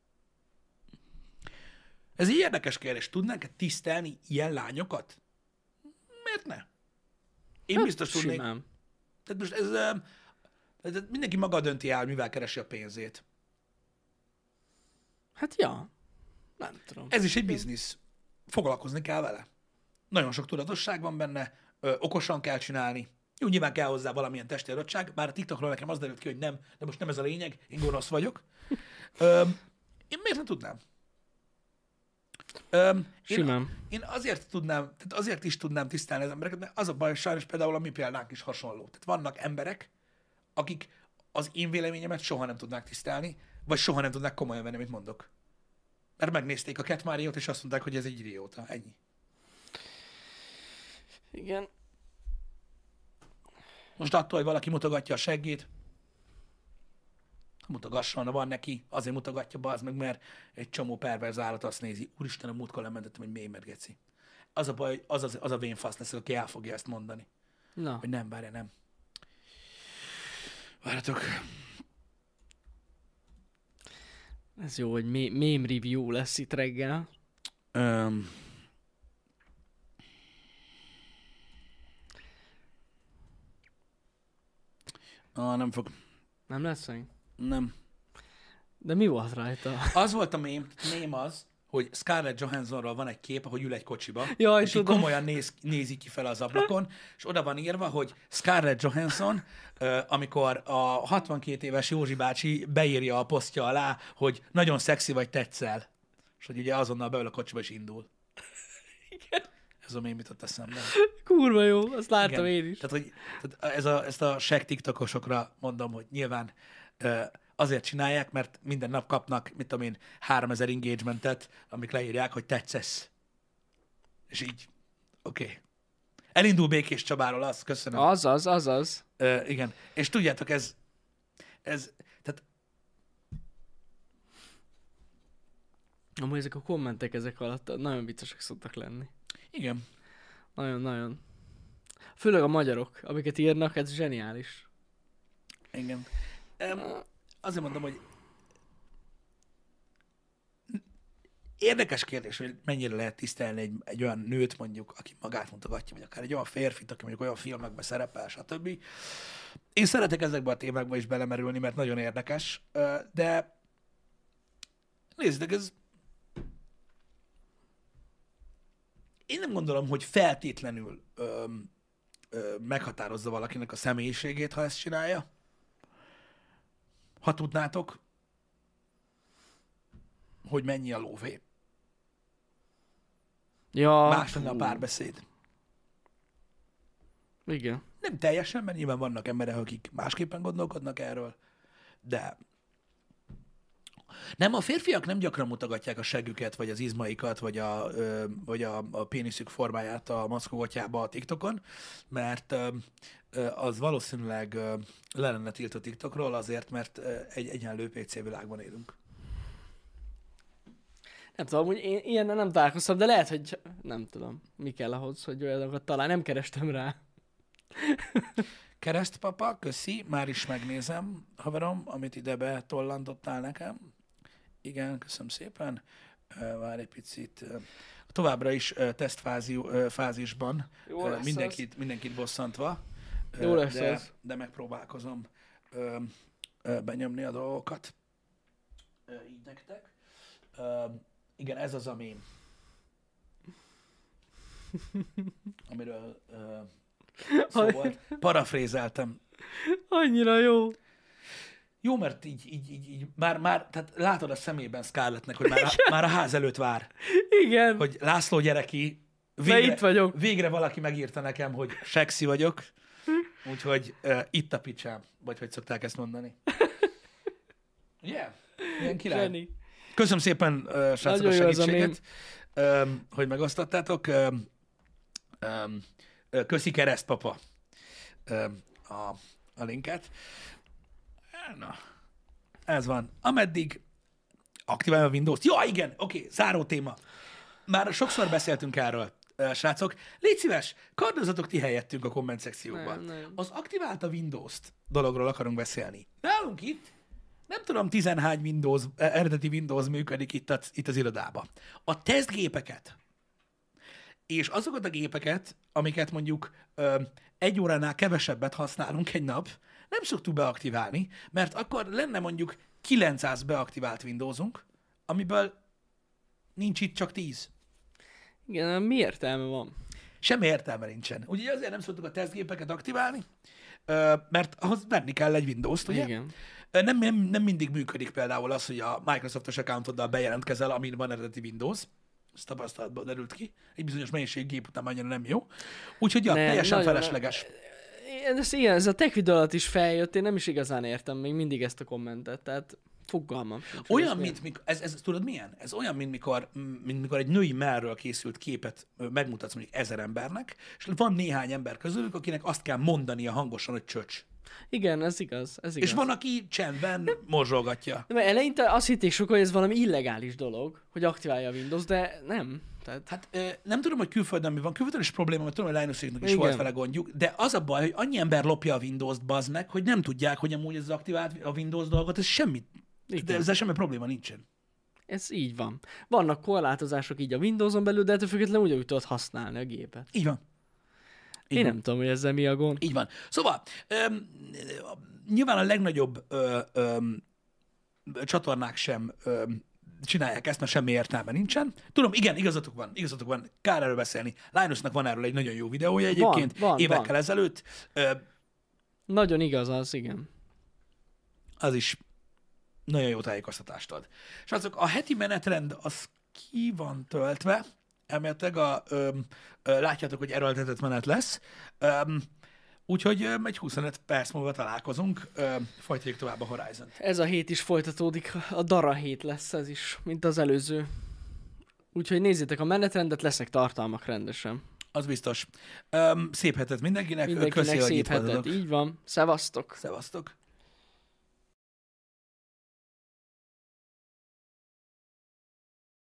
A: Ez egy érdekes kérdés. Tudnánk-e tisztelni ilyen lányokat? Miért ne? Én biztos tudnék.
B: Simán.
A: Tehát most ez mindenki maga dönti el, mivel keresi a pénzét.
B: Hát ja. Nem tudom.
A: Ez is egy biznisz. Foglalkozni kell vele. Nagyon sok tudatosság van benne, okosan kell csinálni. Jó, nyilván kell hozzá valamilyen testi adottság, bár a TikTokról nekem az derült ki, hogy nem, de most nem ez a lényeg, én gonosz vagyok. Én miért nem tudnám? Én azért is tudnám tisztelni az embereket, mert az a baj, sajnos például a mi példánk is hasonló. Tehát vannak emberek, akik az én véleményemet soha nem tudnák tisztelni, vagy soha nem tudnák komolyan venni, amit mondok. Mert megnézték a Cat Mario-t, és azt mondták, hogy ez egy idióta. Ennyi.
B: Igen.
A: Most attól, hogy valaki mutogatja a seggét, mutogasson, van neki, azért mutogatja, bazd meg, mert egy csomó perverz állat azt nézi. Úristen, a múltkor lementettem, hogy mélymet, geci. Az a baj, az a vénfasz lesz, aki el fogja ezt mondani.
B: Na.
A: Hogy nem, várja, nem. Várjatok.
B: Ez jó, hogy meme review lesz itt reggel.
A: Nem fog.
B: Nem lesz meg?
A: Nem.
B: De mi volt rajta?
A: Az volt a mém az, hogy Scarlett Johanssonról van egy kép, ahogy ül egy kocsiba,
B: Jaj,
A: és így komolyan nézi ki fel az ablakon, és oda van írva, hogy Scarlett Johansson, amikor a 62 éves Józsi bácsi beírja a posztja alá, hogy nagyon szexi vagy, tetszel. És hogy ugye azonnal beül a kocsiba és indul.
B: Igen.
A: Ez a mém jutott eszembe.
B: Kurva jó, azt láttam én is.
A: Tehát ezt a seg tiktokosokra mondom, hogy nyilván azért csinálják, mert minden nap kapnak, mit tudom én, 3000 engagementet, amik leírják, hogy tetszesz. És így, oké. Elindul Békés Csabáról, az, köszönöm.
B: Azaz.
A: Igen. És tudjátok, ez tehát
B: Amúgy ezek a kommentek ezek alatt nagyon viccesek szoktak lenni.
A: igen.
B: Nagyon. Főleg a magyarok, amiket írnak, ez zseniális.
A: Igen. Azért mondom, hogy érdekes kérdés, hogy mennyire lehet tisztelni egy olyan nőt mondjuk, aki magát mutogatja, vagy akár egy olyan férfit, aki mondjuk olyan filmekben szerepel, stb. Én szeretek ezekbe a témákba is belemerülni, mert nagyon érdekes, de nézzétek, ez én nem gondolom, hogy feltétlenül meghatározza valakinek a személyiségét, ha ezt csinálja. Ha tudnátok, hogy mennyi a lóvé.
B: Ja.
A: Más lenne a párbeszéd.
B: Igen.
A: Nem teljesen, mert nyilván vannak emberek, akik másképpen gondolkodnak erről, de nem, a férfiak nem gyakran mutogatják a seggüket, vagy az izmaikat, vagy a péniszük formáját a maszkogatjába a TikTokon, mert az valószínűleg le lenne tiltva TikTokról azért, mert egy egyenlő PC világban élünk.
B: Nem tudom, hogy én ilyennel nem találkoztam, de lehet, hogy nem tudom, mi kell ahhoz, hogy olyanokat talán nem kerestem rá.
A: Keresztpapa, köszi, már is megnézem, haverom, amit ide betollantottál nekem. Igen, köszönöm szépen. Várj egy picit. Továbbra is tesztfázisban. Mindenkit bosszantva.
B: Jó lesz ez.
A: De megpróbálkozom benyomni a dolgokat. Így nektek. Igen, ez az, amiről szó volt. Parafrézeltem.
B: Annyira jó.
A: Jó, mert így már, tehát látod a szemében Scarlettnek, hogy már a ház előtt vár.
B: Igen.
A: Hogy László gyereki,
B: itt vagyok.
A: Végre valaki megírta nekem, hogy sexy vagyok, úgyhogy itt a picsám, vagy hogy szokták ezt mondani. Ugye? Yeah. Ilyen király.
B: Zseni.
A: Köszönöm szépen, srácok, a segítséget, hogy megosztottátok. Köszi keresztpapa a linket. Na, ez van. Ameddig aktiválja a Windows-t. Ja, igen, oké, záró téma. Már sokszor beszéltünk erről, srácok. Légy szíves, kardozzatok ti helyettünk a komment szekcióban.
B: Nem.
A: Az aktivált a Windows-t dologról akarunk beszélni. Nálunk itt, nem tudom, 10 eredeti Windows működik itt az irodában. A tesztgépeket és azokat a gépeket, amiket mondjuk 1 óránál kevesebbet használunk egy nap, nem szoktuk beaktiválni, mert akkor lenne mondjuk 900 beaktivált Windowsunk, amiből nincs itt csak 10.
B: Igen, mi értelme van?
A: Semmi értelme nincsen. Ugye azért nem szoktuk a tesztgépeket aktiválni, mert ahhoz venni kell egy Windows-t, ugye?
B: Igen.
A: Nem mindig működik például az, hogy a Microsoft-os accountoddal bejelentkezel, amin van eredeti Windows. Ez tapasztalatban derült ki. Egy bizonyos mennyiség gép után annyira nem jó. Úgyhogy ja, teljesen felesleges.
B: Ez a tech videó alatt is feljött, én nem is igazán értem még mindig ezt a kommentet, tehát fogalmam.
A: Olyan, mint ez tudod milyen? Ez olyan, mint mikor egy női mellről készült képet megmutatsz mondjuk 1000 embernek, és van néhány ember közülük, akinek azt kell mondania hangosan, hogy csöcs.
B: Igen, ez igaz.
A: És van, aki csendben morzsolgatja.
B: De eleinte azt hitték sokan, hogy ez valami illegális dolog, hogy aktiválja a Windows, de nem. Tehát...
A: Hát nem tudom, hogy külföldön mi van. Külföldön is probléma, mert tudom, hogy Linuxéknak is volt vele gondjuk, de az a baj, hogy annyi ember lopja a Windows-t, bazd meg, hogy nem tudják, hogy amúgy ez aktivált a Windows dolgot, ez semmi. De ezzel semmi probléma nincsen.
B: Ez így van. Vannak korlátozások így a Windows-on belül, de ettől függetlenül ugyanúgy tudod használni a gépet.
A: Így van.
B: Én nem tudom, hogy ezzel mi a gond.
A: Így van. Szóval, nyilván a legnagyobb csatornák sem csinálják ezt, mert semmi értelme nincsen. Tudom, igen, igazatok van, kár erről beszélni. Linusnak van erről egy nagyon jó videója egyébként, évekkel ezelőtt.
B: Nagyon igaz az, igen.
A: Az is nagyon jó tájékoztatást ad. Srácok, a heti menetrend az ki van töltve, elméletileg látjátok, hogy erőltetett menet lesz. Úgyhogy egy 25 perc múlva találkozunk, folytatjuk tovább a Horizon.
B: Ez a hét is folytatódik, a Dara hét lesz ez is, mint az előző. Úgyhogy nézzétek a menetrendet, lesznek tartalmak rendesen.
A: Az biztos. Szép hetet mindenkinek.
B: Mindenkinek
A: köszi,
B: szép hetet, így van. Szevasztok!
A: Szevasztok!